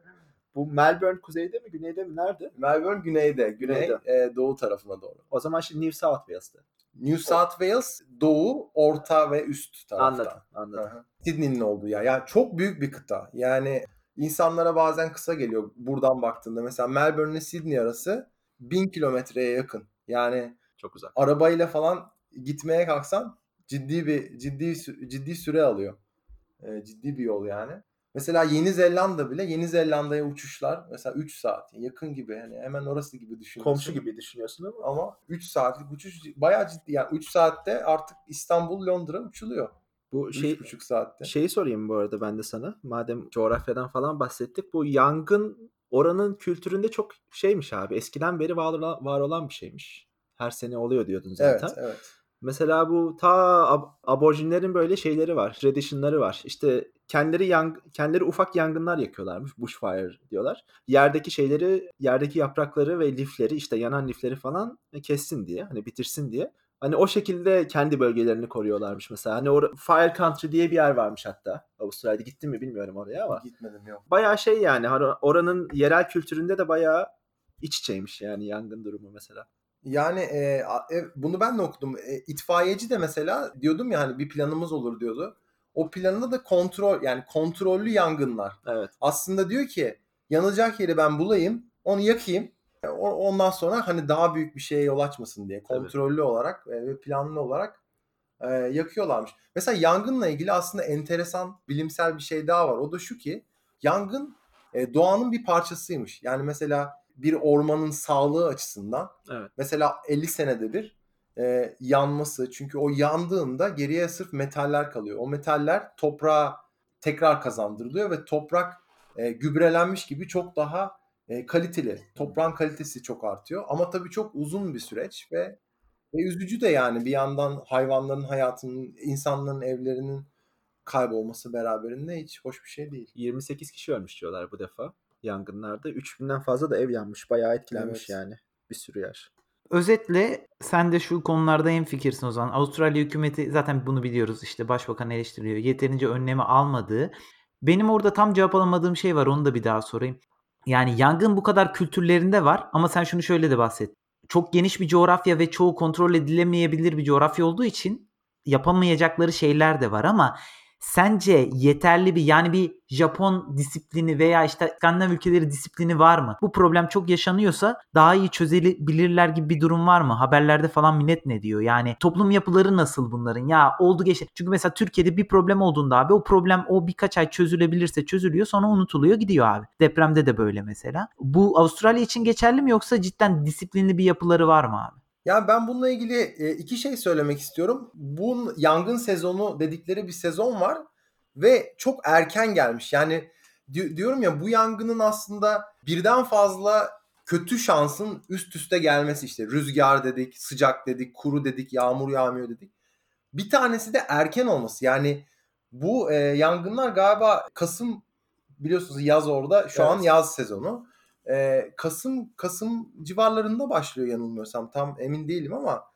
Bu Melbourne kuzeyde mi güneyde mi nerede? Melbourne güneyde. Güney Güneyde. e, doğu tarafına doğru. O zaman şimdi New South Wales'te. New South Wales doğu, orta ve üst tarafta. Anladım, anladım. Hı hı. Sydney'nin olduğu yer. Yani çok büyük bir kıta. Yani insanlara bazen kısa geliyor buradan baktığında. Mesela Melbourne ile Sydney arası bin kilometreye yakın. Yani Çok uzak. arabayla falan gitmeye kalksan ciddi bir ciddi ciddi süre alıyor. E, ciddi bir yol yani. Mesela Yeni Zelanda bile Yeni Zelanda'ya uçuşlar mesela üç saat yakın gibi yani hemen orası gibi düşünüyorsun. Komşu gibi düşünüyorsun ama. Ama üç saatlik uçuş bayağı ciddi yani üç saatte artık İstanbul Londra uçuluyor. Bu şey üç buçuk saatte. Şeyi sorayım bu arada ben de sana. Madem coğrafyadan falan bahsettik. Bu yangın oranın kültüründe çok şeymiş abi. Eskiden beri var olan, var olan bir şeymiş. Her sene oluyor diyordun zaten. Evet, evet. Mesela bu ta ab- aborjinlerin böyle şeyleri var, tradition'ları var. İşte kendileri yang kendileri ufak yangınlar yakıyorlarmış, bushfire diyorlar. Yerdeki şeyleri, yerdeki yaprakları ve lifleri, işte yanan lifleri falan kessin diye, hani bitirsin diye. Hani o şekilde kendi bölgelerini koruyorlarmış mesela. Hani or- Fire Country diye bir yer varmış hatta. Avustralya'da gittin mi bilmiyorum oraya ama. Gitmedim yok. Bayağı şey yani hani oranın yerel kültüründe de bayağı iç içeymiş yani yangın durumu mesela. Yani e, a- e, bunu ben de okudum. E, itfaiyeci de mesela diyordum ya hani bir planımız olur diyordu. O planında da kontrol yani kontrollü yangınlar. Evet. Aslında diyor ki yanacak yeri ben bulayım, onu yakayım. E, o- Ondan sonra hani daha büyük bir şeye yol açmasın diye kontrollü olarak e, ve planlı olarak e, yakıyorlarmış. Mesela yangınla ilgili aslında enteresan bilimsel bir şey daha var. O da şu ki yangın e, doğanın bir parçasıymış. Yani mesela bir ormanın sağlığı açısından Evet. mesela elli senede bir e, yanması. Çünkü o yandığında geriye sırf metaller kalıyor. O metaller toprağa tekrar kazandırılıyor ve toprak e, gübrelenmiş gibi çok daha e, kaliteli. Toprağın kalitesi çok artıyor. Ama tabii çok uzun bir süreç ve ve üzücü de yani bir yandan hayvanların hayatının, insanların evlerinin kaybolması beraberinde hiç hoş bir şey değil. yirmi sekiz kişi ölmüş diyorlar bu defa yangınlarda. üç binden fazla da ev yanmış. Bayağı etkilenmiş Evet. yani. Bir sürü yer. Özetle sen de şu konularda hemfikirsin o zaman. Avustralya hükümeti zaten bunu biliyoruz işte başbakan eleştiriyor. Yeterince önlemi almadığı. Benim orada tam cevap alamadığım şey var onu da bir daha sorayım. Yani yangın bu kadar kültürlerinde var ama sen şunu şöyle de bahset. Çok geniş bir coğrafya ve çoğu kontrol edilemeyebilir bir coğrafya olduğu için yapamayacakları şeyler de var ama sence yeterli bir yani bir Japon disiplini veya işte İskandinav ülkeleri disiplini var mı? Bu problem çok yaşanıyorsa daha iyi çözebilirler gibi bir durum var mı? Haberlerde falan millet ne diyor? Yani toplum yapıları nasıl bunların? Ya oldu geçti. Çünkü mesela Türkiye'de bir problem olduğunda abi o problem o birkaç ay çözülebilirse çözülüyor sonra unutuluyor gidiyor abi. Depremde de böyle mesela. Bu Avustralya için geçerli mi yoksa cidden disiplinli bir yapıları var mı abi? Ya ben bununla ilgili e, iki şey söylemek istiyorum. Bu yangın sezonu dedikleri bir sezon var ve çok erken gelmiş. Yani di- diyorum ya bu yangının aslında birden fazla kötü şansın üst üste gelmesi işte rüzgar dedik, sıcak dedik, kuru dedik, yağmur yağmıyor dedik. Bir tanesi de erken olması. Yani bu e, yangınlar galiba Kasım biliyorsunuz yaz orada. Şu Evet. an yaz sezonu. E, Kasım Kasım civarlarında başlıyor yanılmıyorsam. Tam emin değilim ama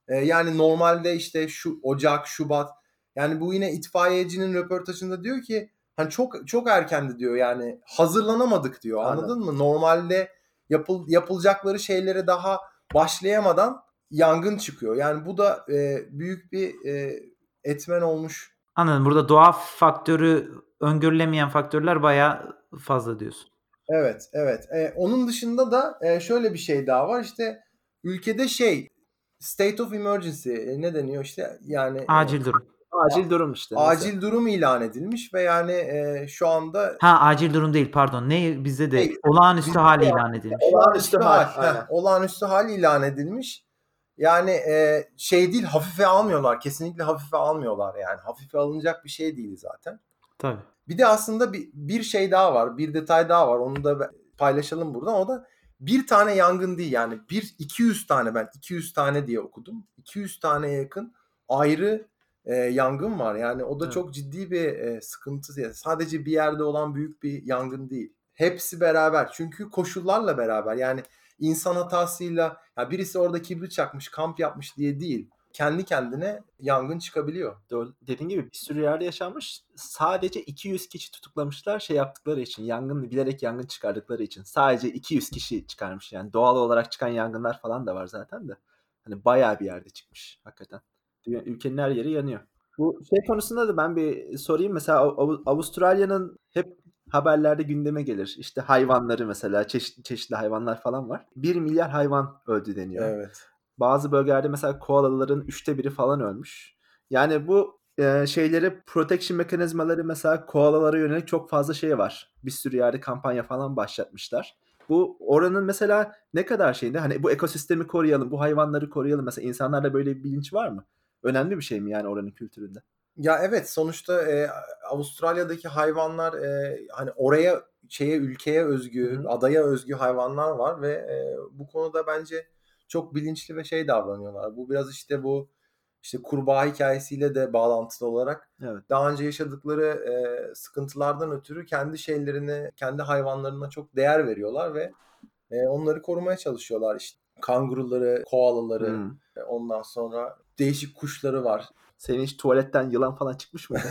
E, yani normalde işte şu Ocak, Şubat, yani bu yine itfaiyecinin röportajında diyor ki hani çok çok erkendi diyor, yani hazırlanamadık diyor. Anladın Anladım. mı? Normalde yapıl, yapılacakları şeylere daha başlayamadan yangın çıkıyor. Yani bu da e, büyük bir e, etmen olmuş. Anladım. Burada doğa faktörü, öngörülemeyen faktörler bayağı fazla diyorsun. Evet, evet. E, onun dışında da e, şöyle bir şey daha var. İşte ülkede şey, state of emergency e, ne deniyor işte, yani e, Acil durum. Acil durum işte. Neyse. acil durum ilan edilmiş ve yani e, şu anda Ha, acil durum değil, pardon. Ne bizde de Şey, olağanüstü bizde hal de ilan edilmiş. olağanüstü hal, hal, aynen. heh, olağanüstü hal ilan edilmiş. Yani e, şey değil, hafife almıyorlar. Kesinlikle hafife almıyorlar yani. Hafife alınacak bir şey değil zaten. Tabii. Bir de aslında bir, bir şey daha var. Bir detay daha var. Onu da paylaşalım buradan. O da bir tane yangın değil yani. Bir iki yüz tane, ben iki yüz tane diye okudum. iki yüz taneye yakın ayrı e, yangın var. Yani o da Evet. çok ciddi bir e, sıkıntı. Yani sadece bir yerde olan büyük bir yangın değil. Hepsi beraber. Çünkü koşullarla beraber. Yani insan hatasıyla, ya birisi orada kibrit çakmış, kamp yapmış diye değil. Kendi kendine yangın çıkabiliyor. Doğru. Dediğin gibi bir sürü yerde yaşanmış. Sadece iki yüz kişi tutuklamışlar şey yaptıkları için. Yangın, bilerek yangın çıkardıkları için. Sadece iki yüz kişi çıkarmış yani. Doğal olarak çıkan yangınlar falan da var zaten de. Hani bayağı bir yerde çıkmış hakikaten. Dünya- Ülkenin her yeri yanıyor. Bu şey konusunda da ben bir sorayım. Mesela Av- Avustralya'nın hep haberlerde gündeme gelir. İşte hayvanları mesela çeşitli çeşitli hayvanlar falan var. Bir milyar hayvan öldü deniyor. Evet. Bazı bölgelerde mesela koalaların üçte biri falan ölmüş. Yani bu e, şeyleri, protection mekanizmaları, mesela koalalara yönelik çok fazla şey var. Bir sürü yerde kampanya falan başlatmışlar. Bu oranın mesela ne kadar şeyinde, hani bu ekosistemi koruyalım, bu hayvanları koruyalım. Mesela insanlarda böyle bir bilinç var mı? Önemli bir şey mi yani oranın kültüründe? Ya evet, sonuçta e, Avustralya'daki hayvanlar e, hani oraya şeye ülkeye özgü, Hı hı. adaya özgü hayvanlar var ve e, bu konuda bence çok bilinçli ve şey davranıyorlar. Bu biraz işte bu işte kurbağa hikayesiyle de bağlantılı olarak Evet. daha önce yaşadıkları e, sıkıntılardan ötürü kendi şeylerini, kendi hayvanlarına çok değer veriyorlar ve e, onları korumaya çalışıyorlar. İşte kanguruları, koalaları, Hı. e, ondan sonra değişik kuşları var. Senin hiç tuvaletten yılan falan çıkmış mıydı?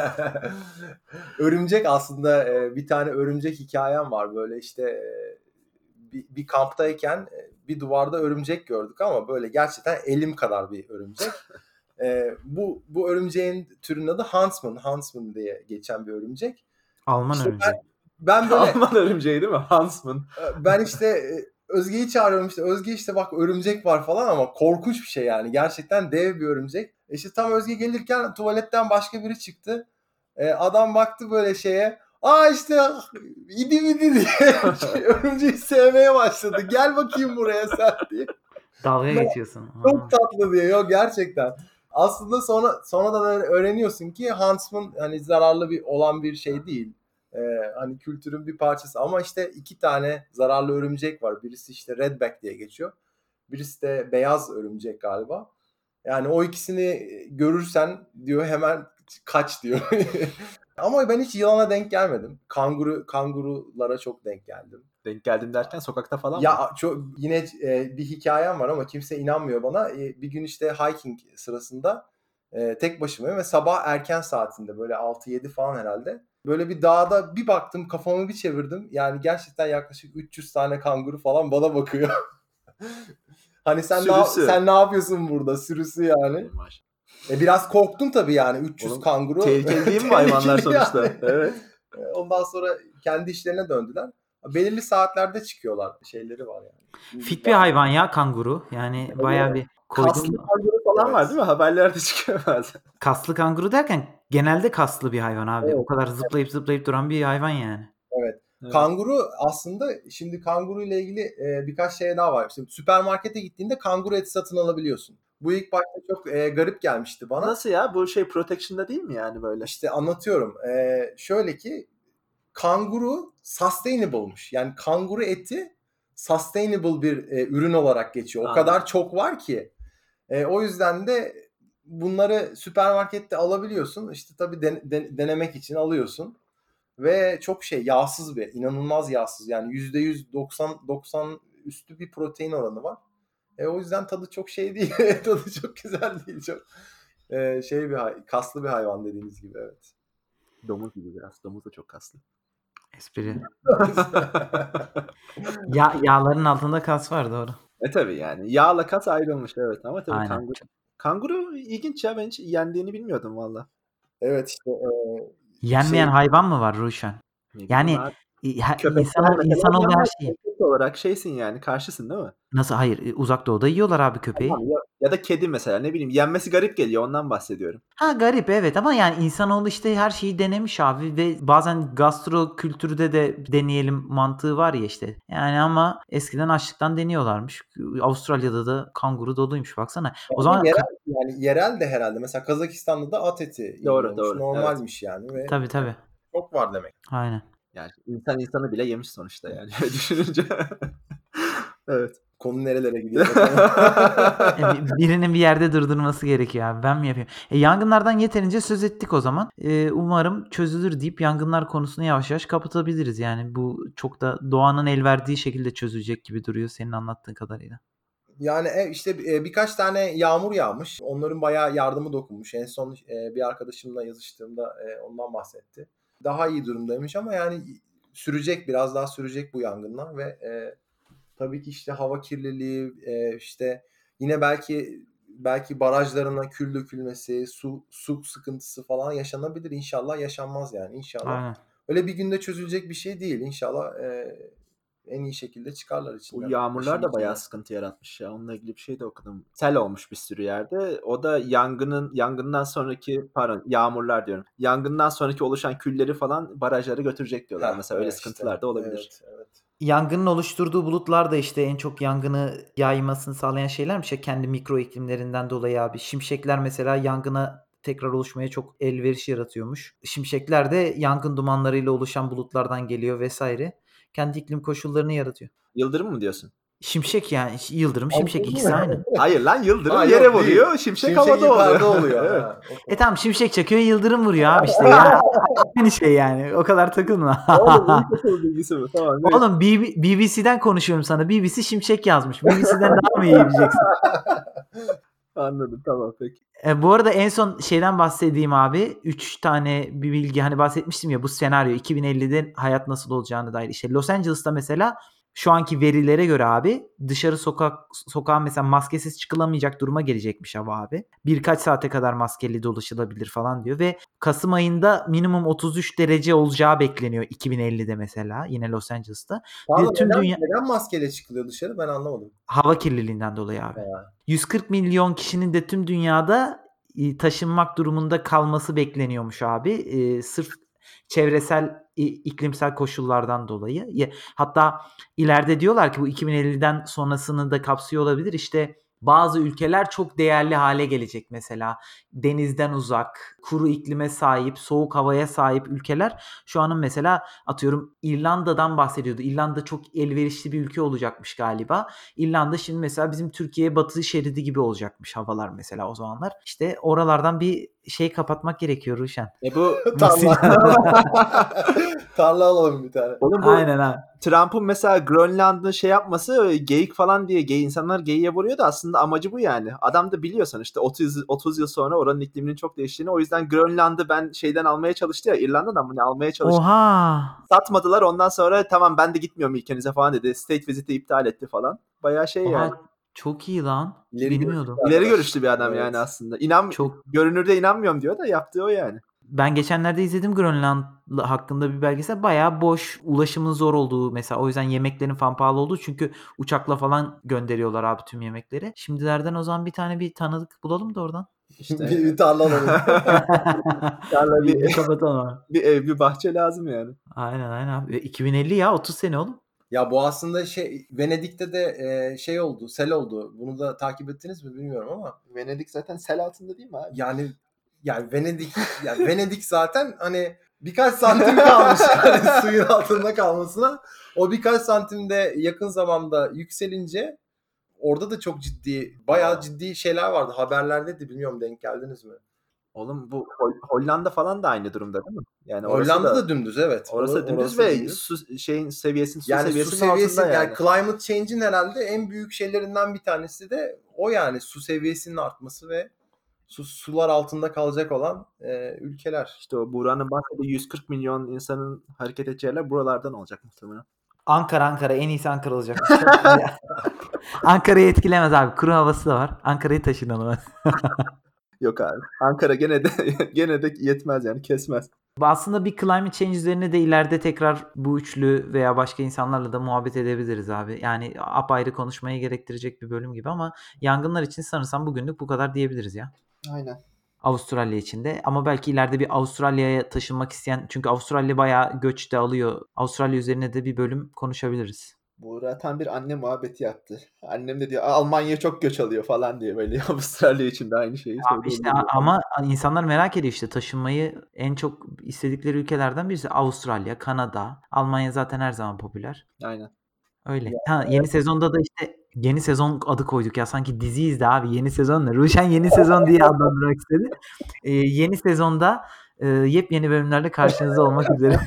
Örümcek aslında e, bir tane örümcek hikayem var, böyle işte e, bir, bir kamptayken e, bir duvarda örümcek gördük ama böyle gerçekten elim kadar bir örümcek. E, bu bu örümceğin türünün adı Huntsman, Huntsman diye geçen bir örümcek. Alman İşte ben, örümceği. ben böyle Alman örümceği değil mi? Huntsman. ben işte e, Özge'yi çağırıyorum, işte Özge işte bak örümcek var falan, ama korkunç bir şey yani. Gerçekten dev bir örümcek. E İşte tam Özge gelirken tuvaletten başka biri çıktı. E, adam baktı böyle şeye. Aa işte idi midi diye şey, örümceği sevmeye başladı. Gel bakayım buraya sen diye. Dalga geçiyorsun. Çok Aa. tatlı diyor. Yok, gerçekten. Aslında sonra sonradan öğre- öğreniyorsun ki Huntsman hani zararlı bir olan bir şey değil. Ee, hani kültürün bir parçası. Ama işte iki tane zararlı örümcek var. Birisi işte redback diye geçiyor. Birisi de beyaz örümcek galiba. Yani o ikisini görürsen diyor hemen kaç diyor. Ama ben hiç yılana denk gelmedim. Kanguru kangurulara çok denk geldim. Denk geldim derken sokakta falan mı? Ya çok yine e, bir hikayem var ama kimse inanmıyor bana. E, bir gün işte hiking sırasında e, tek başımayım ve sabah erken saatinde, böyle altı yedi falan herhalde. Böyle bir dağda bir baktım, kafamı bir çevirdim. Yani gerçekten yaklaşık üç yüz tane kanguru falan bana bakıyor. Hani sen ne Sürüsü. sen ne yapıyorsun burada, sürüsü yani. Ey maşallah. E biraz korktum tabii yani, üç yüz Oğlum, kanguru. tehlikeli değil mi bu hayvanlar Tehlikeli sonuçta? yani. Evet. E, Ondan sonra kendi işlerine döndüler. Belirli saatlerde çıkıyorlar. Şeyleri var yani. Fit bir hayvan ya kanguru. Yani bayağı bir Kaslı koydum. kanguru falan var Evet. değil mi? Haberlerde çıkıyor bazen. Kaslı kanguru derken genelde kaslı bir hayvan abi. Evet. O kadar zıplayıp zıplayıp duran bir hayvan yani. Evet. Evet. Kanguru aslında, şimdi kanguru ile ilgili e, birkaç şey daha var. Şimdi süpermarkete gittiğinde kanguru eti satın alabiliyorsun. Bu ilk başta çok e, garip gelmişti bana. Nasıl ya? Bu şey protection'da değil mi yani böyle? İşte anlatıyorum. E, şöyle ki kanguru sustainable'mış. Yani kanguru eti sustainable bir e, ürün olarak geçiyor. O Anladım. kadar çok var ki. E, o yüzden de bunları süpermarkette alabiliyorsun. İşte tabii den- den- denemek için alıyorsun. Ve çok şey, yağsız bir, inanılmaz yağsız. Yani yüzde yüz doksan doksan üstü bir protein oranı var. E, o yüzden tadı çok şey değil. Tadı çok güzel değil. Çok e, şey bir hay- kaslı bir hayvan dediğiniz gibi, evet. Domuz gibi biraz. Domuz da çok kaslı. Espri. Ya, yağların altında kas var, doğru. E tabii yani. Yağla kas ayrılmış, evet, ama tabii Aynen. kanguru kanguru ilginç ya. Ben hiç yendiğini bilmiyordum valla. Evet işte e, Yenmeyen şey hayvan mı var Ruşen? Ne bileyim Yani abi. i- ha- Köpekler insano, mesela insanoğlu her yenmez. şeyi. Köpek olarak şeysin yani. Karşısın değil mi? Nasıl? Hayır. e, Uzak Doğu'da yiyorlar abi köpeği. Tamam ya, ya da kedi mesela, ne bileyim, yenmesi garip geliyor, ondan bahsediyorum. Ha, garip evet, ama yani insanoğlu işte her şeyi denemiş abi ve bazen gastro kültürde de deneyelim mantığı var ya işte. Yani ama eskiden açlıktan deniyorlarmış. Avustralya'da da kanguru doluymuş baksana. O ama zaman yerel yani yerel de herhalde. Mesela Kazakistan'da da at eti Doğru yeniyormuş. doğru. Evet. Normalmiş yani ve tabii tabii. çok var demek. Aynen. Yani insan insanı bile yemiş sonuçta yani düşününce. Evet. Konu nerelere gidiyor bakalım. E, bi- birinin bir yerde durdurması gerekiyor abi. Ben mi yapayım? E, yangınlardan yeterince söz ettik o zaman. E, umarım çözülür deyip yangınlar konusunu yavaş yavaş kapatabiliriz. Yani bu çok da doğanın el verdiği şekilde çözülecek gibi duruyor senin anlattığın kadarıyla. Yani e, işte e, birkaç tane yağmur yağmış. Onların bayağı yardımı dokunmuş. En son e, bir arkadaşımla yazıştığımda e, ondan bahsetti. Daha iyi durumdaymış ama yani sürecek, biraz daha sürecek bu yangınlar ve e, tabii ki işte hava kirliliği, e, işte yine belki belki barajlarına kül dökülmesi, su su sıkıntısı falan yaşanabilir. İnşallah yaşanmaz yani. İnşallah. Aynen. Öyle bir günde çözülecek bir şey değil. İnşallah e, en iyi şekilde çıkarlar Bu içinden. yağmurlar işin da bayağı içinden. sıkıntı yaratmış ya. Onunla ilgili bir şey de okudum. Sel olmuş bir sürü yerde. O da yangının yangından sonraki pardon yağmurlar diyorum. Yangından sonraki oluşan külleri falan barajlara götürecek diyorlar. Heh, Mesela öyle evet işte. sıkıntılar da olabilir. Evet, evet. Yangının oluşturduğu bulutlar da işte en çok yangını yaymasını sağlayan şeylermiş ya, kendi mikro iklimlerinden dolayı abi. Şimşekler mesela yangına tekrar oluşmaya çok elverişi yaratıyormuş. Şimşekler de yangın dumanlarıyla oluşan bulutlardan geliyor vesaire. Kendi iklim koşullarını yaratıyor. Yıldırım mı diyorsun? Şimşek yani yıldırım Ama şimşek ikisi aynı. Hayır lan, yıldırım Ha, yere yok, değil. vuruyor, şimşek, Şimşek havada yukarıda oluyor. oluyor. Evet. Ha, o E tamam, şimşek çakıyor yıldırım vuruyor abi işte ya. Aynı şey yani, o kadar takılma. Oğlum ilkokul bilgisi mi? Tamam. neyse. Oğlum B B C'den konuşuyorum sana. B B C şimşek yazmış. B B C'den daha mı iyi bileceksin? Anladım, tamam peki. E, bu arada en son şeyden bahsedeyim abi. Üç tane bir bilgi, hani bahsetmiştim ya, bu senaryo iki bin ellide hayat nasıl olacağına dair. İşte Los Angeles'ta mesela şu anki verilere göre abi dışarı sokak sokağa mesela maskesiz çıkılamayacak duruma gelecekmiş hava abi. Birkaç saate kadar maskeli dolaşılabilir falan diyor ve Kasım ayında minimum otuz üç derece olacağı bekleniyor iki bin ellide mesela yine Los Angeles'ta. Bir de Pardon, tüm neden, dünya neden maskeyle çıkılıyor dışarı, ben anlamadım. hava kirliliğinden dolayı abi. Ha. yüz kırk milyon kişinin de tüm dünyada e, taşınmak durumunda kalması bekleniyormuş abi. E, sırf çevresel i- iklimsel koşullardan dolayı. Ya- Hatta ileride diyorlar ki bu iki bin elliden sonrasını da kapsıyor olabilir. İşte bazı ülkeler çok değerli hale gelecek mesela. Denizden uzak, kuru iklime sahip, soğuk havaya sahip ülkeler. Şu anın mesela atıyorum İrlanda'dan bahsediyordu. İrlanda çok elverişli bir ülke olacakmış galiba. İrlanda şimdi mesela bizim Türkiye batı şeridi gibi olacakmış havalar mesela o zamanlar. İşte oralardan bir şey kapatmak gerekiyor Ruşen. E bu Tarla. Tarla alalım bir tane. Oğlum bu Aynen abi. Trump'ın mesela Grönland'ı şey yapması, geyik falan diye gay insanlar geyiğe vuruyor da aslında amacı bu yani. Adam da biliyor sonuçta otuz otuz yıl sonra oranın ikliminin çok değiştiğini. O yüzden Grönland'ı ben şeyden almaya çalıştı ya, İrlanda'dan bunu almaya çalıştı. Oha. Satmadılar, ondan sonra tamam ben de gitmiyorum ülkenize falan dedi. State visit'i iptal etti falan. Bayağı şey yani. Oha, çok iyi lan. İleri Bilmiyordum. görüşlü İleri arkadaş. görüşlü bir adam Evet. yani aslında. İnan Çok. görünürde inanmıyorum diyor da yaptığı o yani. Ben geçenlerde izledim Grönland hakkında bir belgesel. Bayağı boş, ulaşımın zor olduğu mesela. O yüzden yemeklerin falan pahalı olduğu. Çünkü uçakla falan gönderiyorlar abi tüm yemekleri. Şimdilerden o zaman bir tane bir tanıdık bulalım da oradan. İşte bir, bir tarla alalım. Tarla bir, bir, bir kapatalım abi. bir ev, bir bahçe lazım yani. Aynen aynen abi. E, iki bin elli ya, otuz sene oğlum. Ya bu aslında şey, Venedik'te de e, şey oldu, sel oldu. Bunu da takip ettiniz mi bilmiyorum ama Venedik zaten sel altında değil mi abi? yani yani Venedik yani Venedik zaten hani birkaç santim kalmış yani suyun altında kalmasına. O birkaç santimde yakın zamanda yükselince orada da çok ciddi, bayağı ciddi şeyler vardı. Haberlerde de, bilmiyorum denk geldiniz mi? Oğlum bu Hol- Hollanda falan da aynı durumda değil mi? Yani orası Hollanda da da dümdüz, evet. orası Orası, da dümdüz orası ve dümdüz. su şeyin seviyesinin su Yani su seviyesinin seviyesi, altında yani yani. climate change'in herhalde en büyük şeylerinden bir tanesi de o, yani su seviyesinin artması ve su, sular altında kalacak olan e, ülkeler. İşte o Buğra'nın bahsettiği yüz kırk milyon insanın hareket edeceği yerler buralardan olacak muhtemelen. Ankara Ankara en iyisi Ankara olacakmış. Ankara'yı etkilemez abi. Kuru havası da var. Ankara'yı taşıdın ama. Yok abi. Ankara gene de gene de yetmez yani kesmez. Aslında bir climate change üzerine de ileride tekrar bu üçlü veya başka insanlarla da muhabbet edebiliriz abi. Yani apayrı konuşmayı gerektirecek bir bölüm gibi ama yangınlar için sanırsam bugünlük bu kadar diyebiliriz ya. Aynen. Avustralya için de ama belki ileride bir Avustralya'ya taşınmak isteyen, çünkü Avustralya bayağı göç de alıyor. Avustralya üzerine de bir bölüm konuşabiliriz. Buğra tam bir anne muhabbeti yaptı. Annem de diyor Almanya çok göç alıyor falan diye böyle Avustralya için de aynı şeyi Abi işte söyleyebilirim. ama insanlar merak ediyor işte taşınmayı en çok istedikleri ülkelerden birisi Avustralya, Kanada, Almanya zaten her zaman popüler. Aynen. Öyle. Ha, yeni sezonda da işte yeni sezon adı koyduk ya sanki diziyiz de abi yeni sezon ne? Ruşen yeni sezon diye adlandırmak istedi. Ee, yeni sezonda e, yepyeni bölümlerle karşınızda olmak üzere.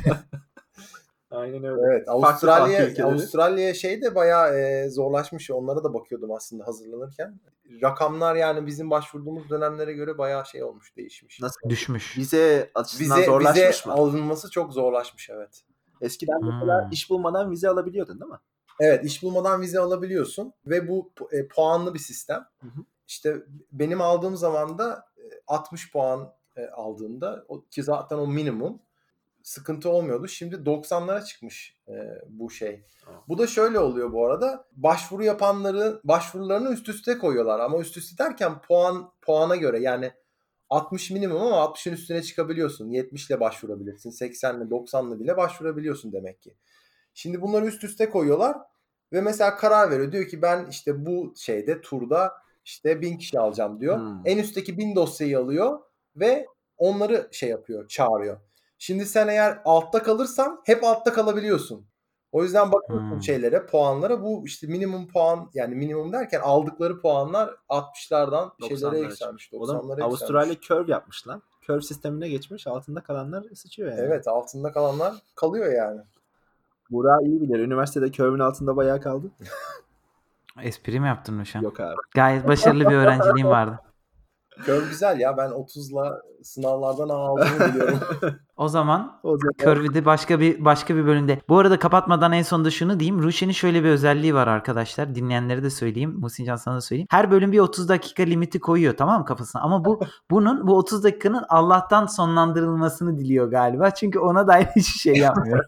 Aynen öyle. Evet, Farklı farklı Avustralya ülkeleri. Avustralya şey de bayağı e, zorlaşmış. Onlara da bakıyordum aslında hazırlanırken. Rakamlar yani bizim başvurduğumuz dönemlere göre bayağı şey olmuş, değişmiş. Nasıl? Düşmüş. Vize açısından Vize zorlaşmış vize mı? alınması çok zorlaşmış, evet. Eskiden mesela Hmm. iş bulmadan vize alabiliyordun değil mi? Evet, iş bulmadan vize alabiliyorsun ve bu e, puanlı bir sistem. Hı hı. İşte benim aldığım zaman da e, altmış puan e, aldığımda o, ki zaten o minimum, sıkıntı olmuyordu. Şimdi doksanlara çıkmış e, bu şey. Bu da şöyle oluyor bu arada. Başvuru yapanları başvurularını üst üste koyuyorlar ama üst üste derken puan puana göre, yani altmış minimum ama altmışın üstüne çıkabiliyorsun. yetmişle başvurabilirsin. seksenle doksanla bile başvurabiliyorsun demek ki. Şimdi bunları üst üste koyuyorlar ve mesela karar veriyor. Diyor ki ben işte bu şeyde turda işte bin kişi alacağım diyor. Hmm. En üstteki bin dosyayı alıyor ve onları şey yapıyor, çağırıyor. Şimdi sen eğer altta kalırsan hep altta kalabiliyorsun. O yüzden bakıyorsun Hmm. şeylere, puanlara. Bu işte minimum puan, yani minimum derken aldıkları puanlar altmışlardan şeylere doksanlara yükselmiş. çıkmış. Oğlum doksanlara Avustralya yükselmiş. curve yapmış lan. Curve sistemine geçmiş. Altında kalanlar sıçıyor yani. Evet, altında kalanlar kalıyor yani. Burak iyi bilir. Üniversitede curve'ün altında bayağı kaldı. Espri mi yaptın Ruşen? Yok abi. Gayet başarılı bir öğrenciliğim vardı. Curve güzel ya. Ben otuzla sınavlardan aldığımı biliyorum. O zaman O zaman Curve'de başka bir başka bir bölümde. Bu arada kapatmadan en sonunda şunu diyeyim. Ruşen'in şöyle bir özelliği var arkadaşlar. Dinleyenlere de söyleyeyim. Muhsincan sana da söyleyeyim. Her bölüm bir otuz dakika limiti koyuyor, tamam mı, kafasına. Ama bu bunun bu otuz dakikanın Allah'tan sonlandırılmasını diliyor galiba. Çünkü ona dair hiçbir şey yapmıyor.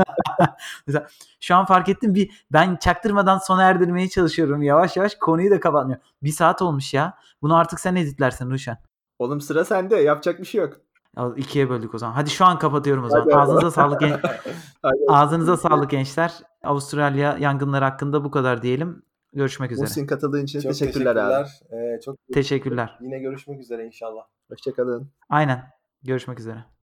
Mesela şu an fark ettim, bir ben çaktırmadan sona erdirmeye çalışıyorum. Yavaş yavaş konuyu da kapatmıyor. Bir saat olmuş ya. Bunu artık sen editlersin Ruşen. Oğlum sıra sende. Yapacak bir şey yok. Ya ikiye böldük o zaman. Hadi şu an kapatıyorum o zaman. Hadi, hadi. Ağzınıza sağlık. gen- Hadi. Ağzınıza sağlık gençler. Avustralya yangınları hakkında bu kadar diyelim. Görüşmek üzere. Muhsin katıldığın için Çok teşekkürler, abi. teşekkürler. Ee, çok Teşekkürler. Yine görüşmek üzere inşallah. Hoşçakalın. Aynen. Görüşmek üzere.